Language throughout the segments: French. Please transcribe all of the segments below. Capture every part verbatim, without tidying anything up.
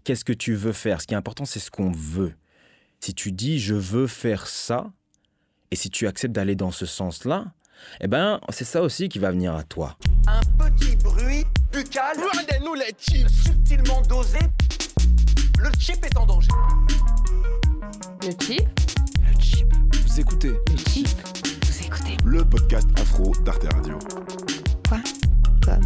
qu'est-ce que tu veux faire. Ce qui est important, c'est ce qu'on veut. Si tu dis « je veux faire ça », et si tu acceptes d'aller dans ce sens-là, eh ben, c'est ça aussi qui va venir à toi. Un petit bruit buccal, Rendez-nous les chips. subtilement dosé. Le chip est en danger. Le chip. Le chip. Vous écoutez Le chip. Vous écoutez. Le podcast afro d'Arte Radio. Quoi Comme.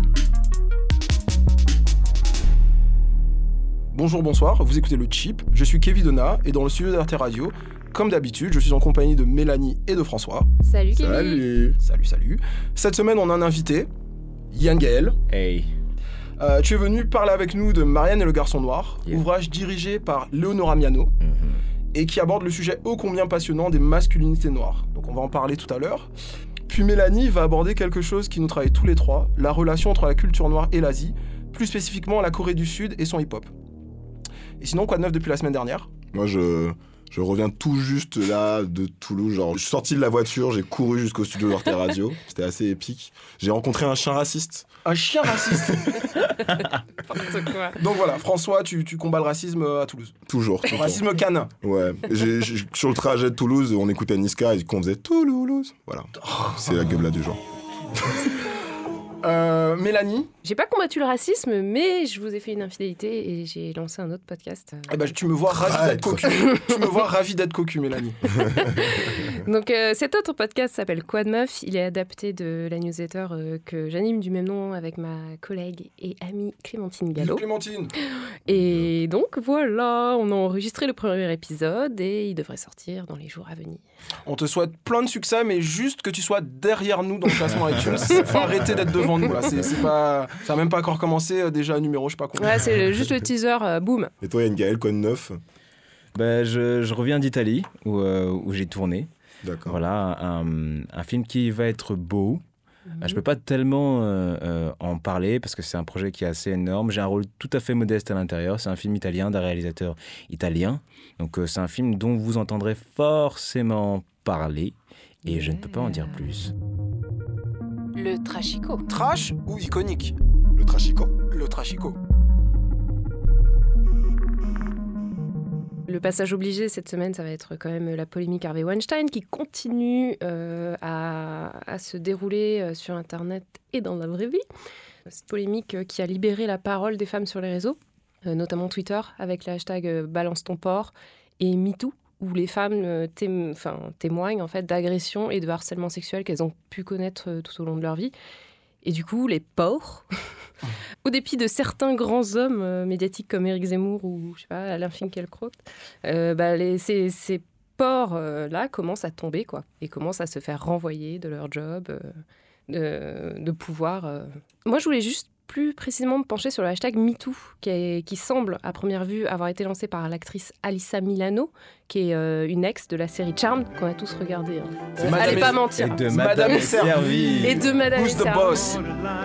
Bonjour, bonsoir, vous écoutez Le Chip, je suis Kevin Donna et dans le studio d'Arte Radio, comme d'habitude, je suis en compagnie de Mélanie et de François. Salut Kevin. Salut. Salut, salut. Cette semaine, on a un invité, Yann Gaël. Hey. Euh, tu es venu parler avec nous de Marianne et le garçon noir, Yeah. ouvrage dirigé par Leonora Miano Mm-hmm. et qui aborde le sujet ô combien passionnant des masculinités noires. Donc on va en parler tout à l'heure. Puis Mélanie va aborder quelque chose qui nous travaille tous les trois, la relation entre la culture noire et l'Asie, plus spécifiquement la Corée du Sud et son hip-hop. Et sinon, quoi de neuf depuis la semaine dernière ? Moi, je, je reviens tout juste là de Toulouse. Genre, je suis sorti de la voiture, j'ai couru jusqu'au studio d'Arte Radio. C'était assez épique. J'ai rencontré un chien raciste. Un chien raciste. N'importe quoi. Donc voilà, François, tu, tu combats le racisme à Toulouse. Toujours. tout Le le temps. racisme canin. Ouais. J'ai, j'ai- sur le trajet de Toulouse, on écoutait Niska et qu'on faisait Toulouse. Voilà. C'est la gueule là du genre. Euh, Mélanie, J'ai pas combattu le racisme, mais je vous ai fait une infidélité et j'ai lancé un autre podcast. eh ben, tu me vois ravi Arrête. d'être cocu. tu me vois ravi d'être cocu, Mélanie. Donc euh, cet autre podcast s'appelle Quoi de meuf. Il est adapté de la newsletter euh, que j'anime du même nom avec ma collègue et amie Clémentine Bisous, Gallo. Clémentine. Et donc voilà, on a enregistré le premier épisode et il devrait sortir dans les jours à venir. On te souhaite plein de succès, mais juste que tu sois derrière nous dans le classement iTunes. Faut arrêter d'être devant nous. Là. C'est, c'est pas, ça n'a même pas encore commencé. euh, Déjà un numéro, je sais pas combien. Ouais, c'est le- juste le teaser, euh, boum. Et toi, Yann Gaël, quoi de neuf ? Ben, je, je reviens d'Italie, où, euh, où j'ai tourné. D'accord. Voilà, un, un film qui va être beau. Je ne peux pas tellement euh, euh, en parler parce que c'est un projet qui est assez énorme. J'ai un rôle tout à fait modeste à l'intérieur. C'est un film italien d'un réalisateur italien. Donc euh, c'est un film dont vous entendrez forcément parler et je ne peux pas en dire plus. Le trashico. Trash ou iconique ? Le trashico. Le trashico. Le passage obligé cette semaine, ça va être quand même la polémique Harvey Weinstein qui continue euh, à, à se dérouler euh, sur Internet et dans la vraie vie. Cette polémique euh, qui a libéré la parole des femmes sur les réseaux, euh, notamment Twitter, avec le hashtag euh, Balance ton porc et MeToo, où les femmes euh, tém- enfin, témoignent en fait, d'agressions et de harcèlement sexuel qu'elles ont pu connaître euh, tout au long de leur vie. Et du coup, les porcs, au dépit de certains grands hommes euh, médiatiques comme Éric Zemmour ou, je sais pas, Alain Finkielkraut, euh, bah, les, ces, ces porcs-là commencent à tomber, quoi, et commencent à se faire renvoyer de leur job, euh, de, de pouvoir. euh. Moi, je voulais juste plus précisément me pencher sur le hashtag MeToo, qui, est- qui semble, à première vue, avoir été lancé par l'actrice Alyssa Milano, qui est euh, une ex de la série Charmed, qu'on a tous regardé. Hein. C'est Euh, Madame Allez pas est- mentir. Et de Madame Madame est est servie. Et de Madame Who's est the servie. boss ?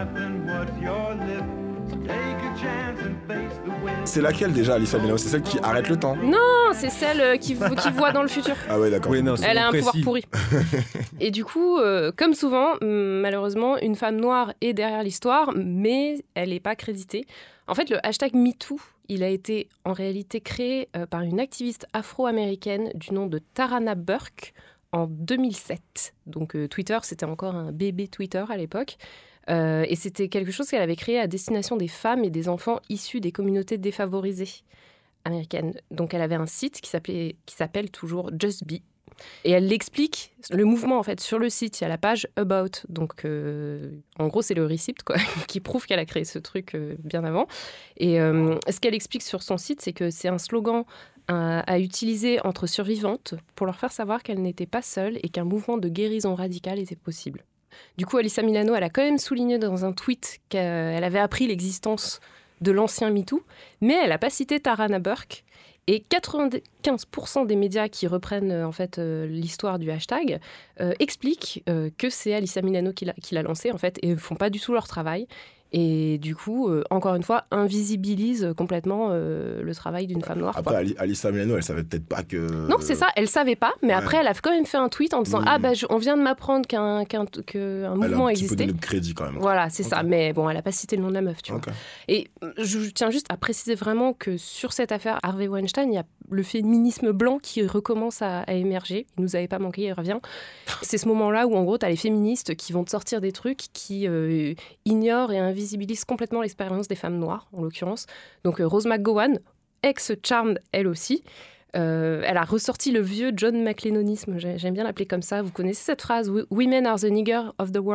C'est laquelle déjà, Alicia Milano ? C'est celle qui arrête le temps. Non, c'est celle euh, qui, vo- qui voit dans le futur. Ah ouais, d'accord. Oui, non, c'est Elle a un précis. pouvoir pourri. Et du coup, euh, comme souvent, hum, malheureusement, une femme noire est derrière l'histoire, mais elle n'est pas créditée. En fait, le hashtag MeToo, il a été en réalité créé euh, par une activiste afro-américaine du nom de Tarana Burke en deux mille sept. Donc euh, Twitter, c'était encore un bébé Twitter à l'époque. Euh, et c'était quelque chose qu'elle avait créé à destination des femmes et des enfants issus des communautés défavorisées américaines. Donc elle avait un site qui s'appelait, qui s'appelle toujours Just Be. Et elle l'explique, le mouvement en fait, sur le site, il y a la page About. Donc euh, en gros, c'est le receipt quoi, qui prouve qu'elle a créé ce truc euh, bien avant. Et euh, ce qu'elle explique sur son site, c'est que c'est un slogan à, à utiliser entre survivantes pour leur faire savoir qu'elles n'étaient pas seules et qu'un mouvement de guérison radicale était possible. Du coup, Alyssa Milano, elle a quand même souligné dans un tweet qu'elle avait appris l'existence de l'ancien MeToo, mais elle n'a pas cité Tarana Burke. Et quatre-vingt-quinze pour cent des médias qui reprennent euh, en fait euh, l'histoire du hashtag euh, expliquent euh, que c'est Alyssa Milano qui l'a, qui l'a lancé en fait et ne font pas du tout leur travail. Et du coup, euh, encore une fois, invisibilise complètement euh, le travail d'une femme noire. Après, Ali- Alyssa Milano, elle savait peut-être pas que... Non, c'est ça, elle savait pas, mais Ouais. après, elle a quand même fait un tweet en disant Mmh. « Ah, bah, je- on vient de m'apprendre qu'un, qu'un, qu'un Elle a mouvement un petit peu existait. donné de crédit quand » même. Voilà, c'est Ok. ça. Mais bon, elle n'a pas cité le nom de la meuf, tu vois. Ok. Et je tiens juste à préciser vraiment que sur cette affaire Harvey Weinstein, il y a le féminisme blanc qui recommence à, à émerger. Il nous avait pas manqué, il revient. C'est ce moment-là où, en gros, tu as les féministes qui vont te sortir des trucs qui euh, ignorent et invisibilisent complètement l'expérience des femmes noires, en l'occurrence. Donc, euh, Rose McGowan, ex-Charmed, elle aussi. Euh, elle a ressorti le vieux John McLennonisme, j'ai- j'aime bien l'appeler comme ça. Vous connaissez cette phrase « Women are the nigger of the world ».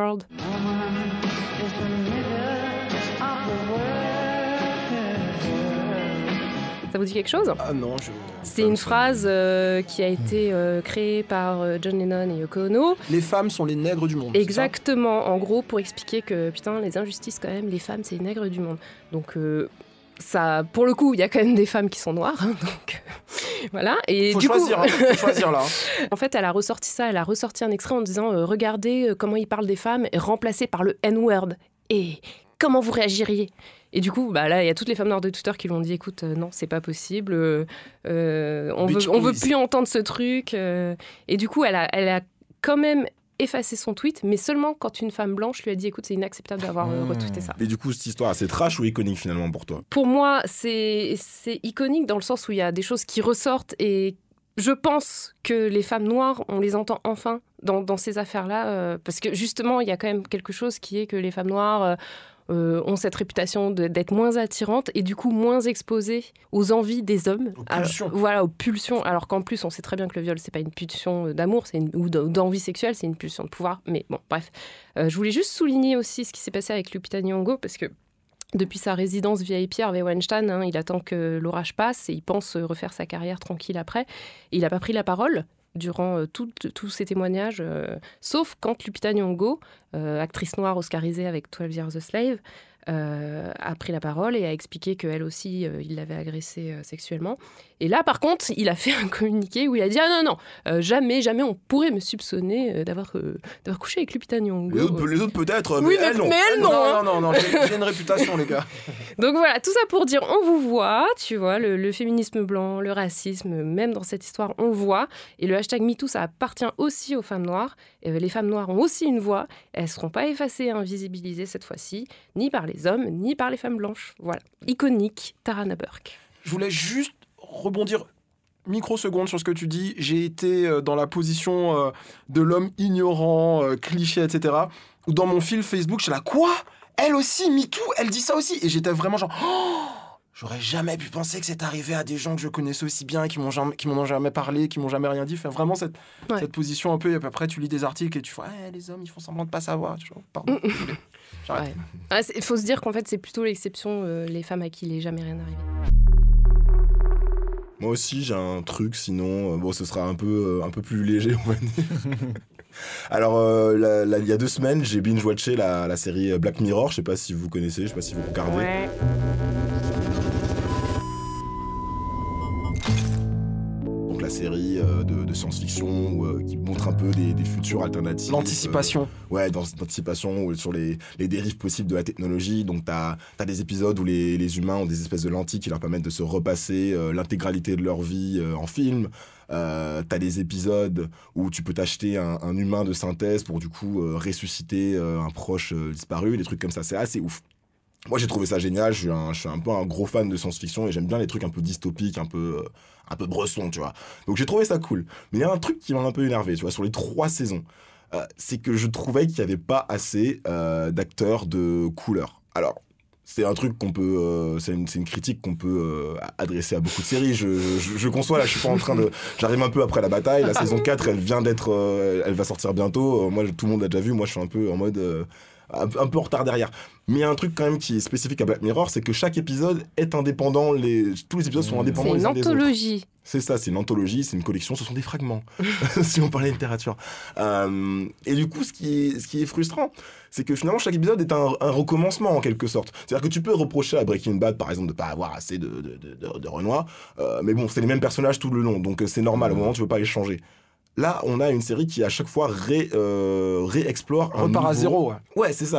Ça vous dit quelque chose ? Ah non, je... C'est une phrase euh, qui a été euh, créée par euh, John Lennon et Yoko Ono. Les femmes sont les nègres du monde. c'est ça Exactement, en gros, pour expliquer que, putain, les injustices, quand même, les femmes, c'est les nègres du monde. Donc, euh, ça, pour le coup, il y a quand même des femmes qui sont noires. hein, donc, euh, voilà. Et Faut du choisir, coup, hein, faut choisir là. hein. en fait, elle a ressorti ça, elle a ressorti un extrait en disant euh, regardez euh, comment il parle des femmes, remplacé par le N-word. Et comment vous réagiriez ? Et du coup, bah là, il y a toutes les femmes noires de Twitter qui lui ont dit écoute, euh, non, c'est pas possible, euh, euh, on, Bitch, veut, on veut please. plus entendre ce truc. euh. Et du coup, elle a, elle a quand même effacé son tweet, mais seulement quand une femme blanche lui a dit écoute, c'est inacceptable d'avoir euh, Mmh. retweeté ça. Mais du coup, cette histoire, c'est trash ou iconique finalement pour toi? Pour moi, c'est c'est iconique dans le sens où il y a des choses qui ressortent et je pense que les femmes noires, on les entend enfin dans, dans ces affaires-là, euh, parce que justement, il y a quand même quelque chose qui est que les femmes noires euh, euh, ont cette réputation de- d'être moins attirantes et du coup moins exposées aux envies des hommes. Aux Alors, pulsions. voilà, aux pulsions. Alors qu'en plus, on sait très bien que le viol, c'est pas une pulsion d'amour, c'est une, ou d'en- d'envie sexuelle, c'est une pulsion de pouvoir. Mais bon, bref. Euh, je voulais juste souligner aussi ce qui s'est passé avec Lupita Nyong'o, parce que depuis sa résidence V I P, Harvey Weinstein, hein, il attend que l'orage passe et il pense euh, refaire sa carrière tranquille après. Et il n'a pas pris la parole durant euh, tout- tous ces témoignages, euh, sauf quand Lupita Nyong'o, euh, actrice noire oscarisée avec twelve Years a Slave, euh, a pris la parole et a expliqué qu'elle aussi, euh, il l'avait agressée euh, sexuellement. Et là, par contre, il a fait un communiqué où il a dit « Ah non, non, euh, jamais, jamais on pourrait me soupçonner euh, d'avoir, euh, d'avoir couché avec Lupita Nyong'o. Les autres, les autres peut-être, Oui, mais elle non. mais elle non, hein. Non, non, non, j'ai j'ai une réputation, les gars. Donc voilà, tout ça pour dire, on vous voit, tu vois, le, le féminisme blanc, le racisme, même dans cette histoire, on le voit. Et le hashtag MeToo, ça appartient aussi aux femmes noires. Et les femmes noires ont aussi une voix. Elles ne seront pas effacées et invisibilisées cette fois-ci, ni par les hommes, ni par les femmes blanches. Voilà, iconique, Tarana Burke. Je voulais juste rebondir microsecondes sur ce que tu dis. J'ai été euh, dans la position euh, de l'homme ignorant, euh, cliché, et cetera. Ou dans mon fil Facebook, j'étais là, quoi ? Elle aussi, MeToo, elle dit ça aussi. Et j'étais vraiment genre, oh, j'aurais jamais pu penser que c'est arrivé à des gens que je connaissais aussi bien, qui m'ont jamais, qui m'en ont jamais parlé, qui m'ont jamais rien dit. Enfin, vraiment cette, Ouais. cette position un peu. Et puis après, tu lis des articles et tu fais, ouais, les hommes, ils font semblant de pas savoir. Tu vois, pardon. désolé. J'arrête. Ouais. Ah, il faut se dire qu'en fait, c'est plutôt l'exception, euh, les femmes à qui il n'est jamais rien arrivé. Moi aussi, j'ai un truc, sinon, euh, bon, ce sera un peu, euh, un peu plus léger, on va dire. Alors, euh, la- la- il y a deux semaines, j'ai binge-watché la, la série Black Mirror. Je sais pas si vous connaissez, je sais pas si vous regardez. Ouais. Donc, la série euh, de, de science-fiction où, euh, qui montre un peu des, des futurs alternatifs. L'anticipation. Euh, ouais, dans l'anticipation ou sur les, les dérives possibles de la technologie. Donc, t'as as des épisodes où les, les humains ont des espèces de lentilles qui leur permettent de se repasser euh, l'intégralité de leur vie euh, en film. Euh, t'as des épisodes où tu peux t'acheter un, un humain de synthèse pour du coup euh, ressusciter euh, un proche euh, disparu, des trucs comme ça, c'est assez ouf. Moi j'ai trouvé ça génial, je suis, un, je suis un peu un gros fan de science-fiction et j'aime bien les trucs un peu dystopiques, un peu, euh, un peu bressons, tu vois. Donc j'ai trouvé ça cool. Mais il y a un truc qui m'a un peu énervé, tu vois, sur les trois saisons. Euh, c'est que je trouvais qu'il n'y avait pas assez euh, d'acteurs de couleur. Alors, c'est un truc qu'on peut, euh, c'est une, c'est une critique qu'on peut euh, adresser à beaucoup de séries. Je, je, je conçois, là, je suis pas en train de, j'arrive un peu après la bataille. La saison quatre, elle vient d'être, euh, elle va sortir bientôt. Euh, moi, tout le monde l'a déjà vu. Moi, je suis un peu en mode, euh, un, un peu en retard derrière. Mais il y a un truc quand même qui est spécifique à Black Mirror, c'est que chaque épisode est indépendant. Les, tous les épisodes sont indépendants C'est les une uns des autres. anthologie. C'est ça, c'est une anthologie, c'est une collection, ce sont des fragments, si on parlait littérature. Euh, et du coup, ce qui est, ce qui est frustrant, c'est que finalement, chaque épisode est un, un recommencement, en quelque sorte. C'est-à-dire que tu peux reprocher à Breaking Bad, par exemple, de ne pas avoir assez de, de, de, de, de Renoir, euh, mais bon, c'est les mêmes personnages tout le long, donc c'est normal, au moment où tu ne veux pas les changer. Là, on a une série qui, à chaque fois, ré, euh, réexplore un Repart à nouveau- zéro, ouais. Ouais, c'est ça.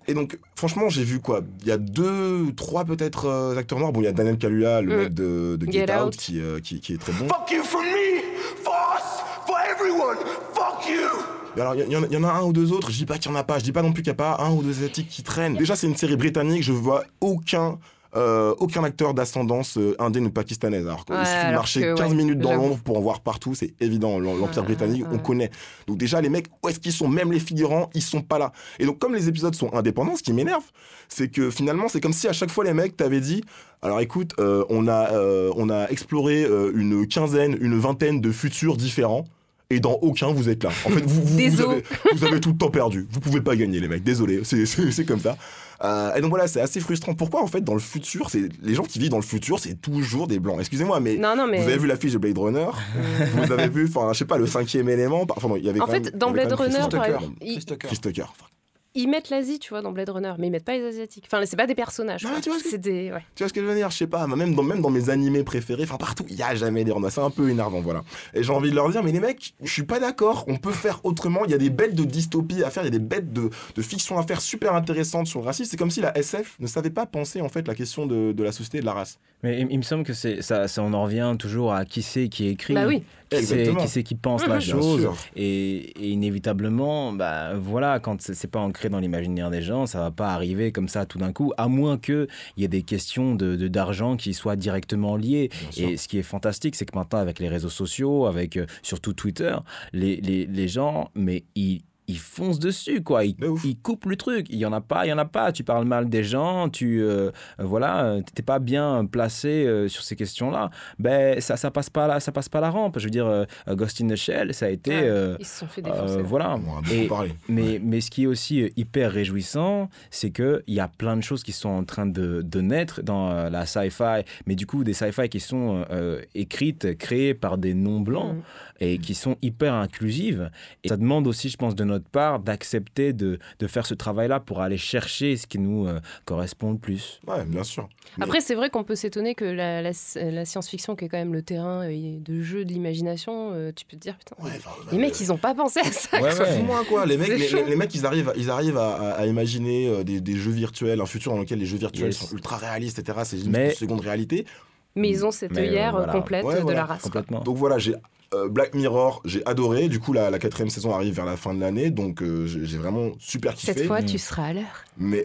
Et donc, franchement, j'ai vu quoi ? Il y a deux, trois peut-être euh, acteurs noirs. Bon, il y a Daniel Kaluuya, le Mm. mec de, de Get, Get Out, Out. Qui, euh, qui, qui est très bon. Fuck you for me, for us, for everyone. Fuck you. Mais alors, il y, y en a un ou deux autres. Je dis pas qu'il y en a pas. Je dis pas non plus qu'il n'y a pas un ou deux asiatiques qui traînent. Déjà, c'est une série britannique. Je vois aucun... Euh, aucun acteur d'ascendance euh, indienne ou pakistanaise. Alors qu'il Ouais, suffit de alors marcher que, quinze ouais, minutes dans j'avoue. l'ombre pour en voir partout, c'est évident. L'em- L'Empire Ouais, britannique, on ouais. connaît. Donc déjà, les mecs, où est-ce qu'ils sont ? Même les figurants, ils sont pas là. Et donc, comme les épisodes sont indépendants, ce qui m'énerve, c'est que finalement, c'est comme si à chaque fois, les mecs t'avaient dit alors écoute, euh, on, a, euh, on a exploré euh, une quinzaine, une vingtaine de futurs différents. Et dans aucun, vous êtes là. En fait, vous, vous, vous, Désolé. avez, vous avez tout le temps perdu. Vous pouvez pas gagner, les mecs. Désolé, c'est, c'est, c'est comme ça. Euh, et donc voilà, c'est assez frustrant. Pourquoi, en fait, dans le futur, c'est les gens qui vivent dans le futur, c'est toujours des blancs. Excusez-moi, mais, Non, non, mais. vous avez vu l'affiche de Blade Runner. Vous avez vu, enfin, je sais pas, le cinquième élément. Enfin, non, il y avait En quand fait, même- dans il y avait Blade quand même Runner, Chris par Tucker. exemple, il- Chris Tucker. Chris Tucker. Enfin, Ils mettent l'Asie, tu vois, dans Blade Runner, mais ils mettent pas les Asiatiques. Enfin, c'est pas des personnages. Non, quoi. mais tu vois ce que- C'est des. Ouais. Tu vois ce que je veux dire ? Je sais pas, même dans, même dans mes animés préférés, enfin partout, il y a jamais des Renois. C'est un peu énervant, voilà. Et j'ai envie de leur dire, mais les mecs, je suis pas d'accord, on peut faire autrement. Il y a des bêtes de dystopie à faire, il y a des bêtes de, de fiction à faire super intéressantes sur le racisme. C'est comme si la S F ne savait pas penser en fait la question de, de la société et de la race. Mais il, il me semble que c'est, ça, ça, on en revient toujours à qui c'est qui écrit, Bah oui. qui c'est, Exactement. qui c'est qui pense Mhm. la Bien chose. sûr. Et, et inévitablement, bah, voilà, quand c'est, c'est pas ancré dans l'imaginaire des gens, ça va pas arriver comme ça tout d'un coup, à moins qu'il y ait des questions de, de, d'argent qui soient directement liées. Bien sûr. Et ce qui est fantastique, c'est que maintenant, avec les réseaux sociaux, avec euh, surtout Twitter, les, les, les gens, mais ils, ils foncent dessus, quoi. Ils, De ouf. ils coupent le truc. Il y en a pas, il y en a pas. Tu parles mal des gens, tu, euh, euh, voilà, euh, t'es pas bien placé euh, sur ces questions-là. Ben, ça, ça passe pas la, ça passe pas la rampe. Je veux dire, euh, Ghost in the Shell, ça a été, Ouais, euh, Ils se sont fait euh, défoncer. voilà. On en a beaucoup Et- parlé. Mais, Ouais. mais ce qui est aussi euh, hyper réjouissant, c'est qu'il y a plein de choses qui sont en train de, de naître dans euh, la sci-fi, mais du coup des sci-fi qui sont euh, écrites, créées par des non-blancs Mhm. et qui sont hyper inclusives. Et ça demande aussi, je pense, de notre part d'accepter de, de faire ce travail-là pour aller chercher ce qui nous euh, correspond le plus. Ouais, bien sûr. Mais- Après, c'est vrai qu'on peut s'étonner que la, la- la science-fiction, qui est quand même le terrain euh, de jeu de l'imagination, euh, tu peux te dire, putain, Ouais, enfin, les bah, mecs, ils ont pas pensé à ça. Ouais, quoi. ouais. Moi quoi, les mecs, C'est les, chaud. les- les mecs, ils arrivent, ils arrivent à, à- à imaginer euh, des, des jeux virtuels, un futur dans lequel les jeux virtuels Yes. sont ultra réalistes, et cetera. C'est juste Mais- une seconde réalité. Mais ils ont cette Mais, euh, œillère voilà. complète Ouais, de voilà, la race. quoi. Complètement. Donc voilà, j'ai euh, Black Mirror, j'ai adoré. Du coup, la, la quatrième saison arrive vers la fin de l'année, donc euh, j'ai j'ai vraiment super kiffé. Cette fois, Mm. tu seras à l'heure. Mais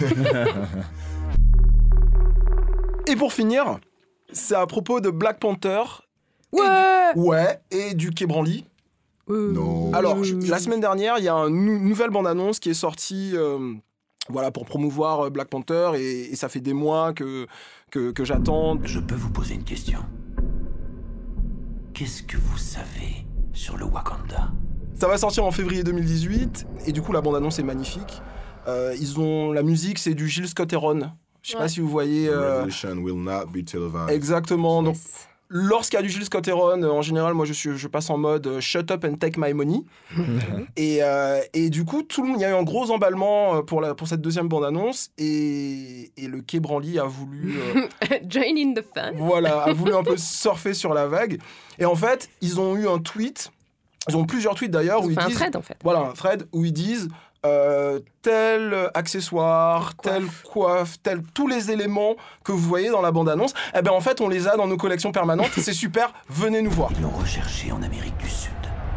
Et pour finir, c'est à propos de Black Panther. Ouais. Ouais, et du Quai Branly. non. Alors, je- la semaine dernière, il y a une nouvelle bande-annonce qui est sortie euh, voilà, pour promouvoir euh, Black Panther, et, et ça fait des mois que, que, que j'attends. Je peux vous poser une question. Qu'est-ce que vous savez sur le Wakanda? Ça va sortir en février deux mille dix-huit, et du coup, la bande-annonce est magnifique. Euh, ils ont, la musique, c'est du Gilles Scott-Heron. Je sais Ouais. pas si vous voyez... The euh, Revolution will not be televised. exactement. Donc, Yes. lorsqu'il y a du Gilles Scott-Heron, euh, en général, moi, je, suis, je passe en mode euh, shut up and take my money. et, euh, et du coup, tout le monde, il y a eu un gros emballement euh, pour, la, pour cette deuxième bande-annonce, et, et le Quai Branly a voulu... euh, Join in the fun. voilà, a voulu un peu surfer sur la vague. Et en fait, ils ont eu un tweet, ils ont plusieurs tweets d'ailleurs, où Ils ils ont fait un disent... thread, en fait. Voilà, un thread où ils disent euh, tel accessoire, Coiffe. telle coiffe, tel, tous les éléments que vous voyez dans la bande-annonce, eh ben en fait, on les a dans nos collections permanentes. C'est super, venez nous voir. Ils l'ont recherché en Amérique du Sud.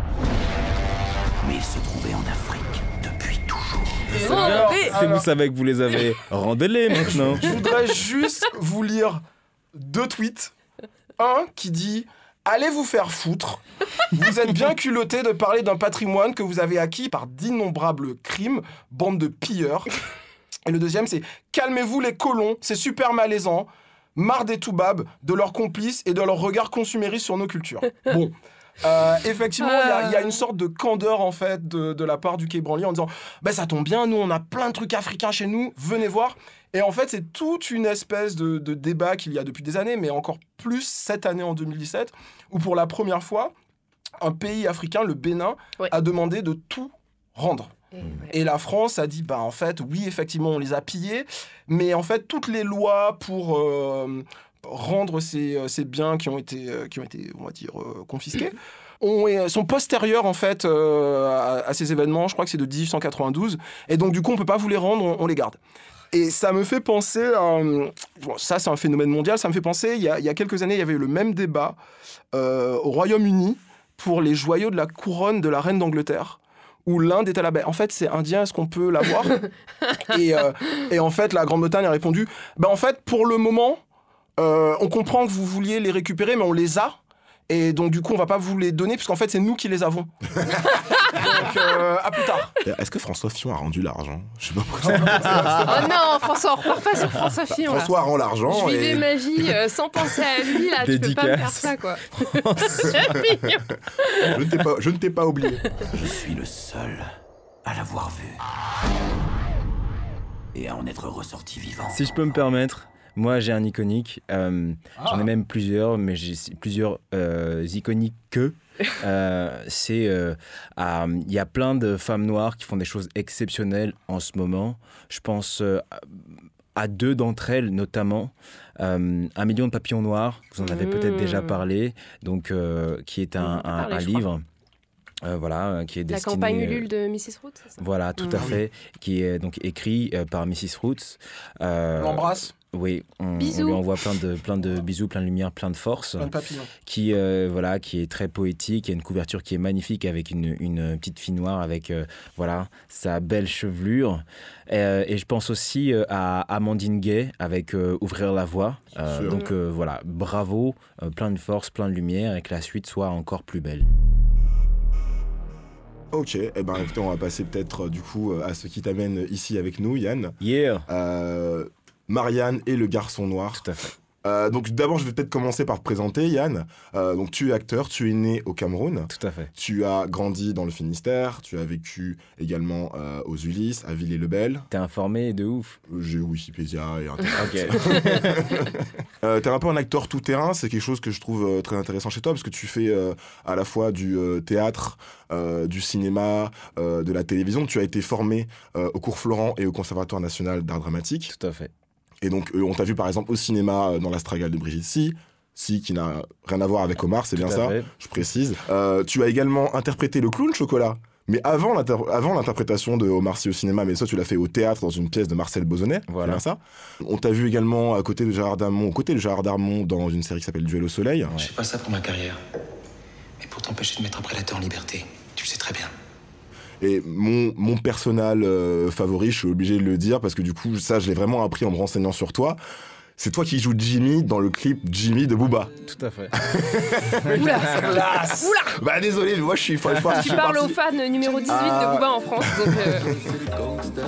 Mais il se trouvait en Afrique depuis toujours. C'est Oh, bien. mais- Si alors- vous savez que vous les avez, rendez-les maintenant. Je voudrais juste vous lire deux tweets. Un qui dit « Allez vous faire foutre. Vous êtes bien culottés de parler d'un patrimoine que vous avez acquis par d'innombrables crimes, bande de pilleurs. » Et le deuxième, c'est « Calmez-vous les colons, c'est super malaisant. Marre des toubabs, de leurs complices et de leur regard consumériste sur nos cultures. » Bon. Euh, effectivement, il y a- il y, a une sorte de candeur en fait de, de la part du Quai Branly en disant bah, ça tombe bien, nous on a plein de trucs africains chez nous, venez voir. Et en fait, c'est toute une espèce de, de débat qu'il y a depuis des années, mais encore plus cette année en deux mille dix-sept, où pour la première fois, un pays africain, le Bénin, Ouais. a demandé de tout rendre. Et, ouais. Et la France a dit, bah en fait, oui, effectivement, on les a pillés, mais en fait, toutes les lois pour euh, rendre ces, euh, ces biens qui ont été, euh, qui ont été, on va dire, euh, confisqués, ont, sont postérieurs en fait euh, à, à ces événements. Je crois que c'est de dix-huit cent quatre-vingt-douze. Et donc du coup, on peut pas vous les rendre, on, on les garde. Et ça me fait penser à... Bon, ça, c'est un phénomène mondial. Ça me fait penser, il y a, il y a quelques années, il y avait eu le même débat euh, au Royaume-Uni pour les joyaux de la couronne de la reine d'Angleterre, où l'Inde était là. Ben, en fait, c'est indien, est-ce qu'on peut l'avoir ? et, euh, et en fait, la Grande-Bretagne a répondu, ben, en fait, pour le moment, euh, on comprend que vous vouliez les récupérer, mais on les a. Et donc, du coup, on va pas vous les donner, puisqu'en fait, c'est nous qui les avons. Donc, euh, à plus tard. Est-ce que François Fillon a rendu l'argent ? Je sais pas pourquoi ça. Oh non, François, on repart pas sur François Fillon. François rend l'argent. Je vivais et... ma vie euh, sans penser à lui, là. Tu peux pas me faire ça, quoi. je, ne t'ai pas, je ne t'ai pas oublié. Je suis le seul à l'avoir vu. Et à en être ressorti vivant. Si je peux me permettre, moi j'ai un iconique. Euh, Ah. J'en ai même plusieurs, mais j'ai plusieurs euh, iconiques que. Euh, c'est euh, à- il y a plein de femmes noires qui font des choses exceptionnelles en ce moment. Je pense euh, à deux d'entre elles notamment. Euh, Un million de papillons noirs, vous en avez Mmh. peut-être déjà parlé, donc euh, qui est un, On en a un- parlé, un je crois. livre. euh, voilà, euh, qui est La destiné, campagne euh, Ulule de missus Roots, c'est ça ? Voilà, tout Mm. à fait, qui est donc écrit euh, par missus Roots. Euh, On l'embrasse, Oui, on, on Bisous. lui envoie plein de, plein de bisous, plein de lumière, plein de force, plein de papillons. qui, euh, voilà, qui est très poétique. Il y a une couverture qui est magnifique avec une, une petite fille noire avec euh, voilà, sa belle chevelure. Euh, et je pense aussi euh, à Amandine Gay avec euh, Ouvrir la voie. Euh, Sûr. donc euh, voilà, bravo, euh, plein de force, plein de lumière et que la suite soit encore plus belle. Ok, et eh ben écoutez, on va passer peut-être euh, du coup euh, à ce qui t'amène ici avec nous, Yann. Yeah, Euh, Marianne et le garçon noir. tout à fait. Euh, donc d'abord, je vais peut-être commencer par te présenter, Yann. Euh, donc tu es acteur, tu es né au Cameroun. Tout à fait. Tu as grandi dans le Finistère, tu as vécu également euh, aux Ulysses, à Villers-le-Bel. T'es informé de ouf. J'ai Wikipédia et Internet. Ok. Euh, t'es un peu un acteur tout-terrain, c'est quelque chose que je trouve euh, très intéressant chez toi, parce que tu fais euh, à la fois du euh, théâtre, euh, du cinéma, euh, de la télévision. Tu as été formé euh, au cours Florent et au Conservatoire national d'art dramatique. Tout à fait. Et donc, euh, on t'a vu par exemple au cinéma euh, dans l'Astragale de Brigitte Si, Si qui n'a rien à voir avec Omar, c'est bien Tout à ça, fait. je précise. Euh, tu as également interprété le clown Chocolat. Mais avant, l'inter- avant l'interprétation de Omar Sy au cinéma, mais ça tu l'as fait au théâtre dans une pièce de Marcel Bozonnet, Voilà. c'est bien ça. On t'a vu également à côté de Gérard Darmon, aux côtés de Gérard Darmon dans une série qui s'appelle Duel au soleil. Je fais pas ça pour ma carrière. Mais pour t'empêcher de mettre un prédateur en liberté. Tu le sais très bien. Et mon, mon personnel euh, favori, je suis obligé de le dire parce que du coup, ça, je l'ai vraiment appris en me renseignant sur toi. C'est toi qui joues Jimmy dans le clip Jimmy de Booba. Tout à fait. Oula Classe. Oula Bah désolé, moi je suis... Je, je, je Tu suis parles parti- aux fans numéro dix-huit Ah. de Booba en France, donc... euh,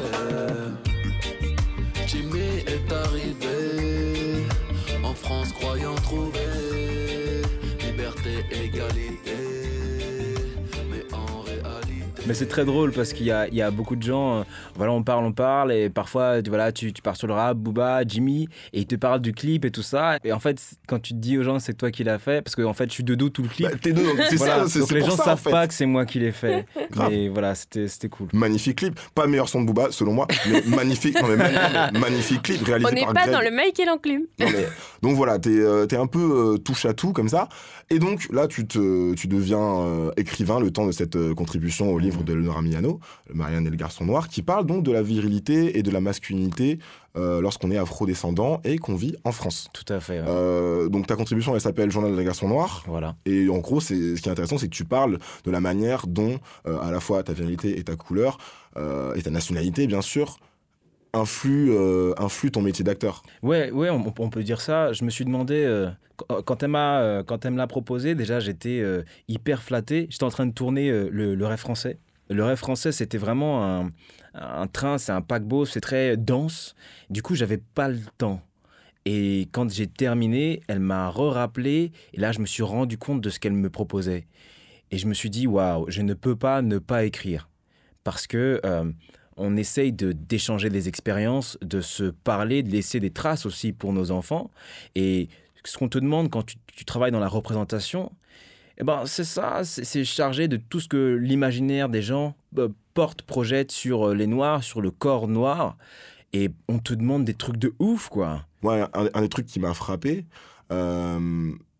Jimmy est arrivé en France croyant trouver liberté, égalité, mais en réalité. Mais c'est très drôle parce qu'il y a, il y a beaucoup de gens, euh, voilà, on parle, on parle, et parfois, tu, voilà, tu, tu pars sur le rap, Booba, Jimmy, et ils te parlent du clip et tout ça. Et en fait, quand tu te dis aux gens c'est toi qui l'as fait, parce qu'en fait, je suis de dos tout le clip. Bah, t'es deux, donc c'est Voilà, ça, c'est donc c'est les pour gens ça, savent en fait. pas que c'est moi qui l'ai fait. Grave. Mais voilà, c'était, c'était cool. Magnifique clip, pas meilleur son de Booba selon moi, mais magnifique, non, mais ma- magnifique clip réalisé On n'est par pas Greg. dans le Michael Enclume. Non, mais- donc voilà, t'es euh, t'es un peu euh, touche à tout comme ça. Et donc là, tu, te, tu deviens euh, écrivain le temps de cette euh, contribution au livre de Leonora Miano, Marianne et le garçon noir, qui parle donc de la virilité et de la masculinité euh, lorsqu'on est afro-descendant et qu'on vit en France. Tout à fait. Ouais. Euh, donc ta contribution, elle s'appelle Journal d'un garçon noir. Voilà. Et en gros, c'est, ce qui est intéressant, c'est que tu parles de la manière dont, euh, à la fois ta virilité et ta couleur, euh, et ta nationalité, bien sûr, influent, euh, influent ton métier d'acteur. Ouais, ouais, on, on peut dire ça. Je me suis demandé, euh, quand- quand elle m'a, euh, quand elle me l'a proposé, déjà j'étais euh, hyper flatté. J'étais en train de tourner euh, le, le rêve français. Le rêve français, c'était vraiment un, un train, c'est un paquebot, c'est très dense. Du coup, j'avais pas le temps. Et quand j'ai terminé, elle m'a re-rappelé. Et là, je me suis rendu compte de ce qu'elle me proposait. Et je me suis dit, waouh, je ne peux pas ne pas écrire. Parce que euh, on essaye de, d'échanger des expériences, de se parler, de laisser des traces aussi pour nos enfants. Et ce qu'on te demande quand tu, tu travailles dans la représentation, eh ben, c'est ça, c'est, c'est chargé de tout ce que l'imaginaire des gens euh, porte, projette sur euh, les Noirs, sur le corps noir. Et on te demande des trucs de ouf, quoi. Moi, un, un des trucs qui m'a frappé, euh,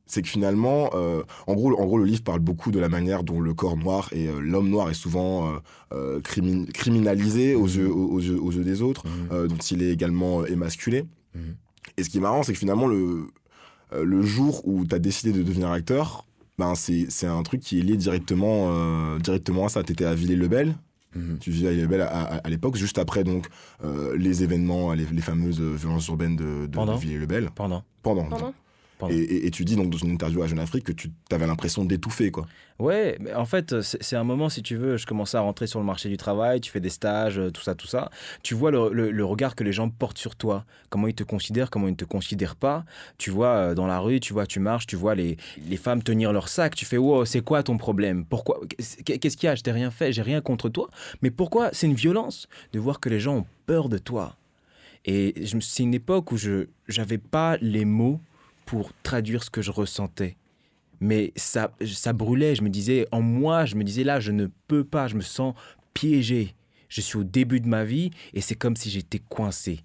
c'est que finalement, euh, en, gros, en gros, le livre parle beaucoup de la manière dont le corps noir et euh, l'homme noir est souvent euh, euh, crimin- criminalisé aux yeux, aux, aux yeux, aux yeux des autres, Mmh. euh, dont il est également émasculé. Mmh. Et ce qui est marrant, c'est que finalement, le, euh, le jour où tu as décidé de devenir acteur, ben c'est, c'est un truc qui est lié directement, euh, directement à ça. Tu étais à Villers-le-Bel. Mmh. Tu vivais à Villers-le-Bel à, à, à l'époque, juste après donc, euh, les événements, les, les fameuses violences urbaines de, de, Pendant de Villers-le-Bel. Pendant. Pendant. Pendant Et, et, et tu dis donc dans une interview à Jeune Afrique que tu avais l'impression d'étouffer, quoi. Ouais, mais en fait, c'est, c'est un moment, si tu veux, je commençais à rentrer sur le marché du travail, tu fais des stages, tout ça, tout ça. Tu vois le, le, le regard que les gens portent sur toi, comment ils te considèrent, comment ils ne te considèrent pas. Tu vois, dans la rue, tu vois, tu marches, tu vois les, les femmes tenir leur sac. Tu fais, wow, c'est quoi ton problème? Pourquoi? Qu'est-ce qu'il y a? Je t'ai rien fait, j'ai rien contre toi. Mais pourquoi? C'est une violence de voir que les gens ont peur de toi. Et je, c'est une époque où je n'avais pas les mots pour traduire ce que je ressentais. Mais ça, ça brûlait, je me disais, en moi, je me disais là, je ne peux pas, je me sens piégé. Je suis au début de ma vie et c'est comme si j'étais coincé.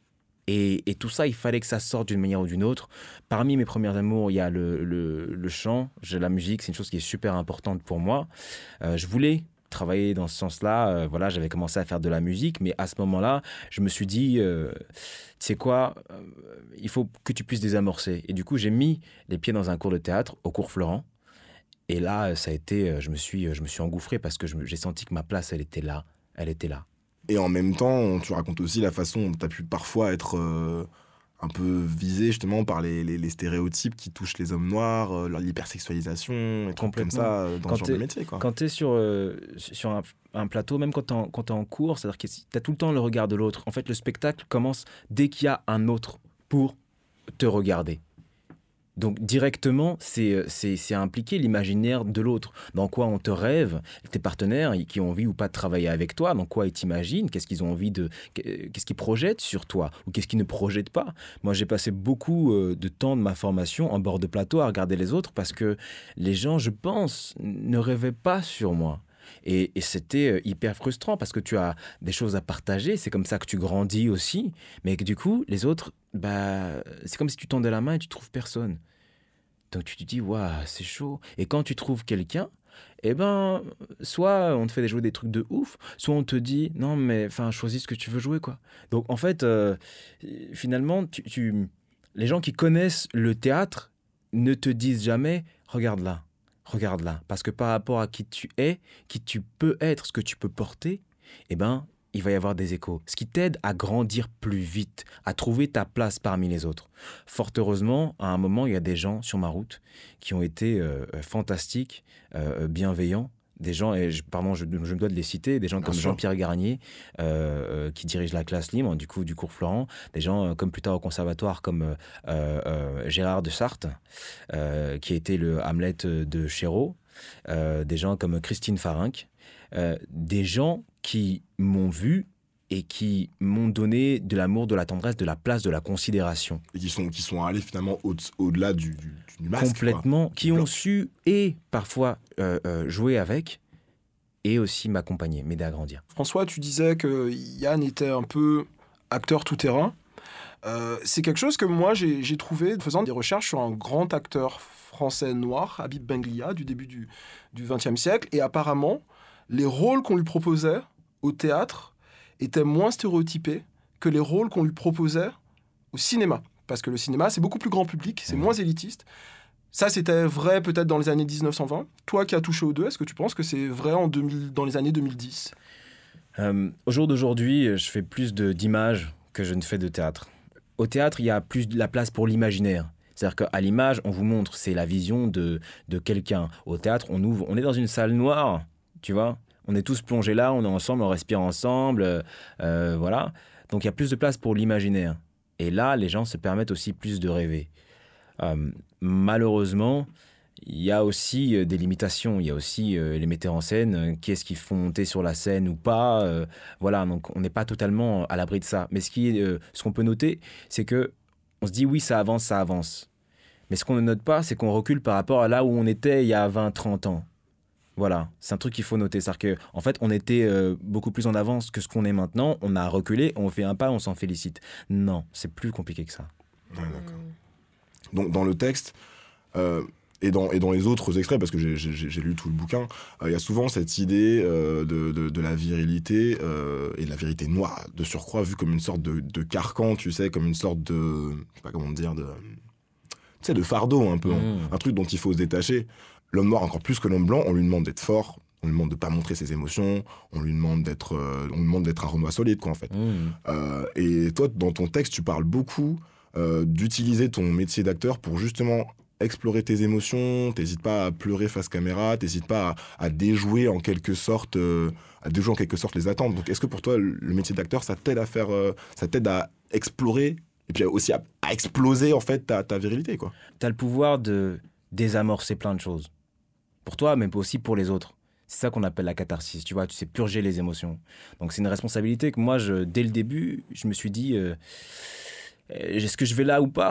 Et, et tout ça, il fallait que ça sorte d'une manière ou d'une autre. Parmi mes premiers amours, il y a le, le, le chant, la musique, c'est une chose qui est super importante pour moi. Euh, je voulais travailler dans ce sens-là. Euh, voilà, j'avais commencé à faire de la musique, mais à ce moment-là, je me suis dit, euh, tu sais quoi, euh, il faut que tu puisses désamorcer. Et du coup, j'ai mis les pieds dans un cours de théâtre, au cours Florent. Et là, ça a été, je me suis, je me suis engouffré parce que je, j'ai senti que ma place, elle était là. Elle était là. Et en même temps, tu racontes aussi la façon dont tu as pu parfois être euh, un peu visé justement par les, les, les stéréotypes qui touchent les hommes noirs, euh, l'hypersexualisation, et trucs comme ça euh, dans quand ce genre de métier, quoi. Quand tu es sur, euh, sur un, un plateau, même quand tu es en cours, c'est-à-dire que tu as tout le temps le regard de l'autre. En fait, le spectacle commence dès qu'il y a un autre pour te regarder. Donc directement, c'est, c'est, c'est impliquer l'imaginaire de l'autre. Dans quoi on te rêve, tes partenaires qui ont envie ou pas de travailler avec toi, dans quoi ils t'imaginent, qu'est-ce qu'ils ont envie de, qu'est-ce qu'ils projettent sur toi ou qu'est-ce qu'ils ne projettent pas. Moi, j'ai passé beaucoup de temps de ma formation en bord de plateau à regarder les autres parce que les gens, je pense, ne rêvaient pas sur moi. Et, et c'était hyper frustrant parce que tu as des choses à partager, c'est comme ça que tu grandis aussi, mais que du coup, les autres, bah, c'est comme si tu tendais la main et tu trouves personne. Donc tu te dis, waouh, c'est chaud. Et quand tu trouves quelqu'un, eh ben, soit on te fait jouer des trucs de ouf, soit on te dit, non, mais enfin, choisis ce que tu veux jouer, quoi. Donc en fait, euh, finalement, tu, tu... les gens qui connaissent le théâtre ne te disent jamais, regarde là. Regarde là, parce que par rapport à qui tu es, qui tu peux être, ce que tu peux porter, eh ben, il va y avoir des échos. Ce qui t'aide à grandir plus vite, à trouver ta place parmi les autres. Fort heureusement, à un moment, il y a des gens sur ma route qui ont été euh, fantastiques, euh, bienveillants. Des gens, et je, pardon, je, je me dois de les citer, des gens Bien comme sûr. Jean-Pierre Garnier, euh, euh, qui dirige la classe libre, du coup, du cours Florent, des gens euh, comme plus tard au conservatoire, comme euh, euh, Gérard de Sarthe, euh, qui a été le Hamlet de Chéreau, euh, des gens comme Christine Farinck, euh, des gens qui m'ont vu et qui m'ont donné de l'amour, de la tendresse, de la place, de la considération. Et qui sont, qui sont allés finalement au, au-delà du, du, du masque. Complètement, quoi. qui ont su et parfois euh, euh, jouer avec et aussi m'accompagner, m'aider à grandir. François, tu disais que Yann était un peu acteur tout-terrain. Euh, c'est quelque chose que moi j'ai, j'ai trouvé en faisant des recherches sur un grand acteur français noir, Habib Benglia, du début du, du vingtième siècle. Et apparemment, les rôles qu'on lui proposait au théâtre étaient moins stéréotypés que les rôles qu'on lui proposait au cinéma. Parce que le cinéma, c'est beaucoup plus grand public, c'est mmh. moins élitiste. Ça, c'était vrai peut-être dans les années dix-neuf cent vingt. Toi qui as touché aux deux, est-ce que tu penses que c'est vrai en deux mille, dans les années deux mille dix ? euh, Au jour d'aujourd'hui, je fais plus de, d'images que je ne fais de théâtre. Au théâtre, il y a plus de la place pour l'imaginaire. C'est-à-dire qu'à l'image, on vous montre, c'est la vision de, de quelqu'un. Au théâtre, on ouvre, on est dans une salle noire, tu vois ? On est tous plongés là, on est ensemble, on respire ensemble, euh, voilà. Donc il y a plus de place pour l'imaginaire. Et là, les gens se permettent aussi plus de rêver. Euh, malheureusement, il y a aussi euh, des limitations. Il y a aussi euh, les metteurs en scène, euh, qui est-ce qu'ils font monter sur la scène ou pas. Euh, voilà, donc on n'est pas totalement à l'abri de ça. Mais ce, qui est, euh, ce qu'on peut noter, c'est qu'on se dit oui, ça avance, ça avance. Mais ce qu'on ne note pas, c'est qu'on recule par rapport à là où on était il y a vingt trente ans. Voilà, c'est un truc qu'il faut noter. C'est-à-dire qu'en fait, on était euh, beaucoup plus en avance que ce qu'on est maintenant. On a reculé, on fait un pas, on s'en félicite. Non, c'est plus compliqué que ça. Ouais, d'accord. Donc, dans le texte, Euh, Et dans, et dans les autres extraits, parce que j'ai, j'ai, j'ai lu tout le bouquin, il euh, y a souvent cette idée euh, de, de, de la virilité euh, et de la vérité noire, de surcroît, vue comme une sorte de, de carcan, tu sais, comme une sorte de... Je sais pas comment dire, de... Tu sais, de fardeau, un peu. Mmh. hein, un truc dont il faut se détacher. L'homme noir, encore plus que l'homme blanc, on lui demande d'être fort, on lui demande de pas montrer ses émotions, on lui demande d'être, euh, on lui demande d'être un Renoir solide, quoi, en fait. Mmh. Euh, et toi, dans ton texte, tu parles beaucoup euh, d'utiliser ton métier d'acteur pour justement... explorer tes émotions, t'hésites pas à pleurer face caméra, t'hésites pas à, à déjouer en quelque sorte, euh, à déjouer en quelque sorte les attentes. Donc, est-ce que pour toi, le métier d'acteur, ça t'aide à faire, euh, ça t'aide à explorer et puis aussi à, à exploser en fait ta, ta virilité, quoi. Tu as le pouvoir de désamorcer plein de choses. Pour toi, mais aussi pour les autres. C'est ça qu'on appelle la catharsis, tu vois, tu sais purger les émotions. Donc, c'est une responsabilité que moi, je, dès le début, je me suis dit, euh, est-ce que je vais là ou pas ?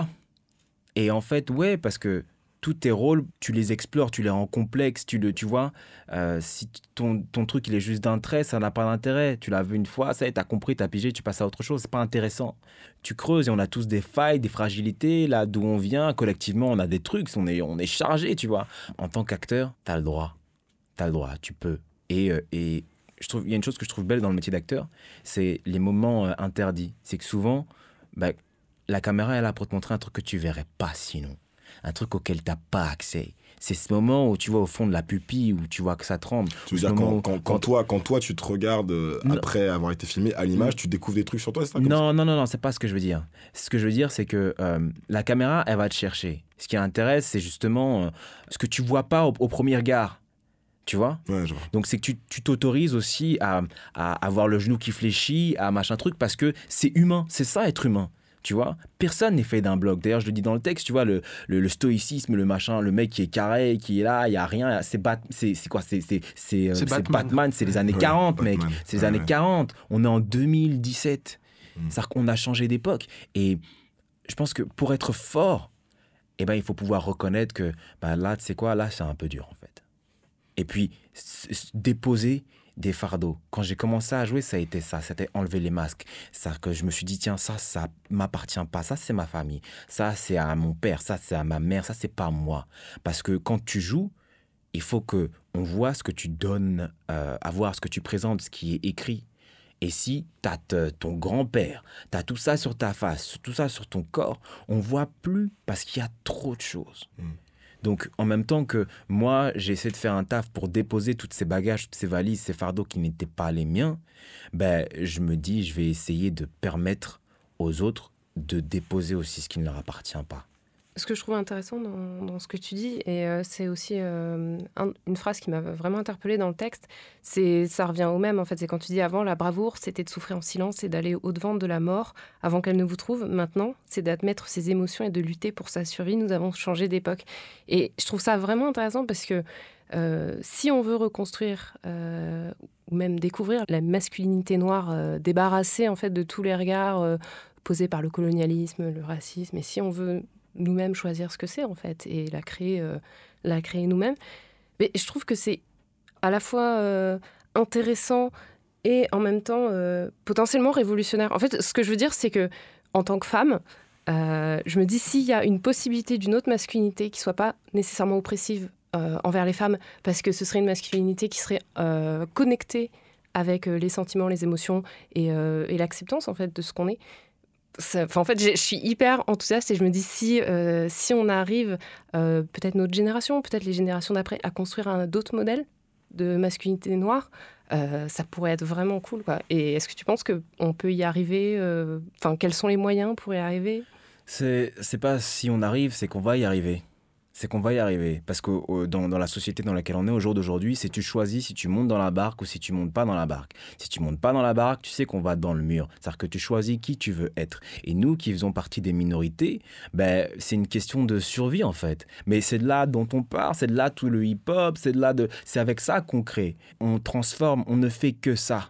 Et en fait, ouais, parce que tous tes rôles, tu les explores, tu les rends complexes, tu le, tu vois. Euh, si ton, ton truc, il est juste d'un trait, ça n'a pas d'intérêt. Tu l'as vu une fois, ça y est, t'as compris, t'as pigé, tu passes à autre chose. C'est pas intéressant. Tu creuses et on a tous des failles, des fragilités. Là, d'où on vient, collectivement, on a des trucs, on est, on est chargé, tu vois. En tant qu'acteur, t'as le droit. T'as le droit, tu peux. Et, euh, et je trouve, il y a une chose que je trouve belle dans le métier d'acteur, c'est les moments euh, interdits. C'est que souvent, bah, la caméra est là pour te montrer un truc que tu verrais pas sinon. Un truc auquel tu n'as pas accès. C'est ce moment où tu vois au fond de la pupille, où tu vois que ça tremble. Tu veux dire, quand, où, quand, quand, quand, toi, quand toi, tu te regardes euh, après avoir été filmé à l'image, tu découvres des trucs sur toi, c'est ça comme Non, ça non, non, non, c'est pas ce que je veux dire. Ce que je veux dire, c'est que euh, la caméra, elle va te chercher. Ce qui intéresse, c'est justement euh, ce que tu vois pas au, au premier regard. Tu vois ? Ouais, je vois. Donc, c'est que tu, tu t'autorises aussi à, à avoir le genou qui fléchit, à machin truc, parce que c'est humain. C'est ça, être humain. Tu vois, personne n'est fait d'un bloc. D'ailleurs, je le dis dans le texte, tu vois, le, le, le stoïcisme, le machin, le mec qui est carré, qui est là, il n'y a rien. C'est, Bat, c'est, c'est quoi c'est, c'est, c'est, c'est, c'est Batman. Batman, c'est les années ouais, quarante, Batman. mec. C'est les ouais, années ouais. quarante. On est en deux mille dix-sept. Mm. C'est-à-dire qu'on a changé d'époque. Et je pense que pour être fort, eh ben, il faut pouvoir reconnaître que ben, là, tu sais quoi, là, c'est un peu dur, en fait. Et puis, s- s- déposer des fardeaux. Quand j'ai commencé à jouer, ça a été ça, c'était enlever les masques. C'est que je me suis dit, tiens, ça, ça m'appartient pas, ça, c'est ma famille, ça, c'est à mon père, ça, c'est à ma mère, ça, c'est pas moi. Parce que quand tu joues, il faut que on voit ce que tu donnes euh, à voir, ce que tu présentes, ce qui est écrit. Et si tu as ton grand-père, tu as tout ça sur ta face, tout ça sur ton corps, on voit plus parce qu'il y a trop de choses. Mm. Donc, en même temps que moi, j'ai essayé de faire un taf pour déposer tous ces bagages, toutes ces valises, ces fardeaux qui n'étaient pas les miens, ben, je me dis, je vais essayer de permettre aux autres de déposer aussi ce qui ne leur appartient pas. Ce que je trouve intéressant dans, dans ce que tu dis, et euh, c'est aussi euh, un, une phrase qui m'a vraiment interpellée dans le texte, c'est, ça revient au même, en fait. C'est quand tu dis avant, la bravoure, c'était de souffrir en silence et d'aller au-devant de la mort avant qu'elle ne vous trouve. Maintenant, c'est d'admettre ses émotions et de lutter pour sa survie. Nous avons changé d'époque. Et je trouve ça vraiment intéressant parce que euh, si on veut reconstruire euh, ou même découvrir la masculinité noire, euh, débarrassée en fait de tous les regards euh, posés par le colonialisme, le racisme, et si on veut nous-mêmes choisir ce que c'est en fait et la créer, euh, la créer nous-mêmes. Mais je trouve que c'est à la fois euh, intéressant et en même temps euh, potentiellement révolutionnaire. En fait, ce que je veux dire, c'est que en tant que femme, euh, je me dis s'il y a une possibilité d'une autre masculinité qui soit pas nécessairement oppressive euh, envers les femmes, parce que ce serait une masculinité qui serait euh, connectée avec euh, les sentiments, les émotions et, euh, et l'acceptance en fait de ce qu'on est. Ça, en fait, je suis hyper enthousiaste et je me dis si, euh, si on arrive, euh, peut-être notre génération, peut-être les générations d'après, à construire un, d'autres modèles de masculinité noire, euh, ça pourrait être vraiment cool, quoi. Et est-ce que tu penses qu'on peut y arriver euh, enfin, quels sont les moyens pour y arriver ? C'est, c'est pas si on arrive, c'est qu'on va y arriver. C'est qu'on va y arriver. Parce que euh, dans, dans la société dans laquelle on est au jour d'aujourd'hui, c'est tu choisis si tu montes dans la barque ou si tu montes pas dans la barque. Si tu montes pas dans la barque, tu sais qu'on va dans le mur. C'est-à-dire que tu choisis qui tu veux être. Et nous qui faisons partie des minorités, ben, c'est une question de survie en fait. Mais c'est de là dont on part, c'est de là tout le hip-hop, c'est de là de... c'est avec ça qu'on crée. On transforme, on ne fait que ça.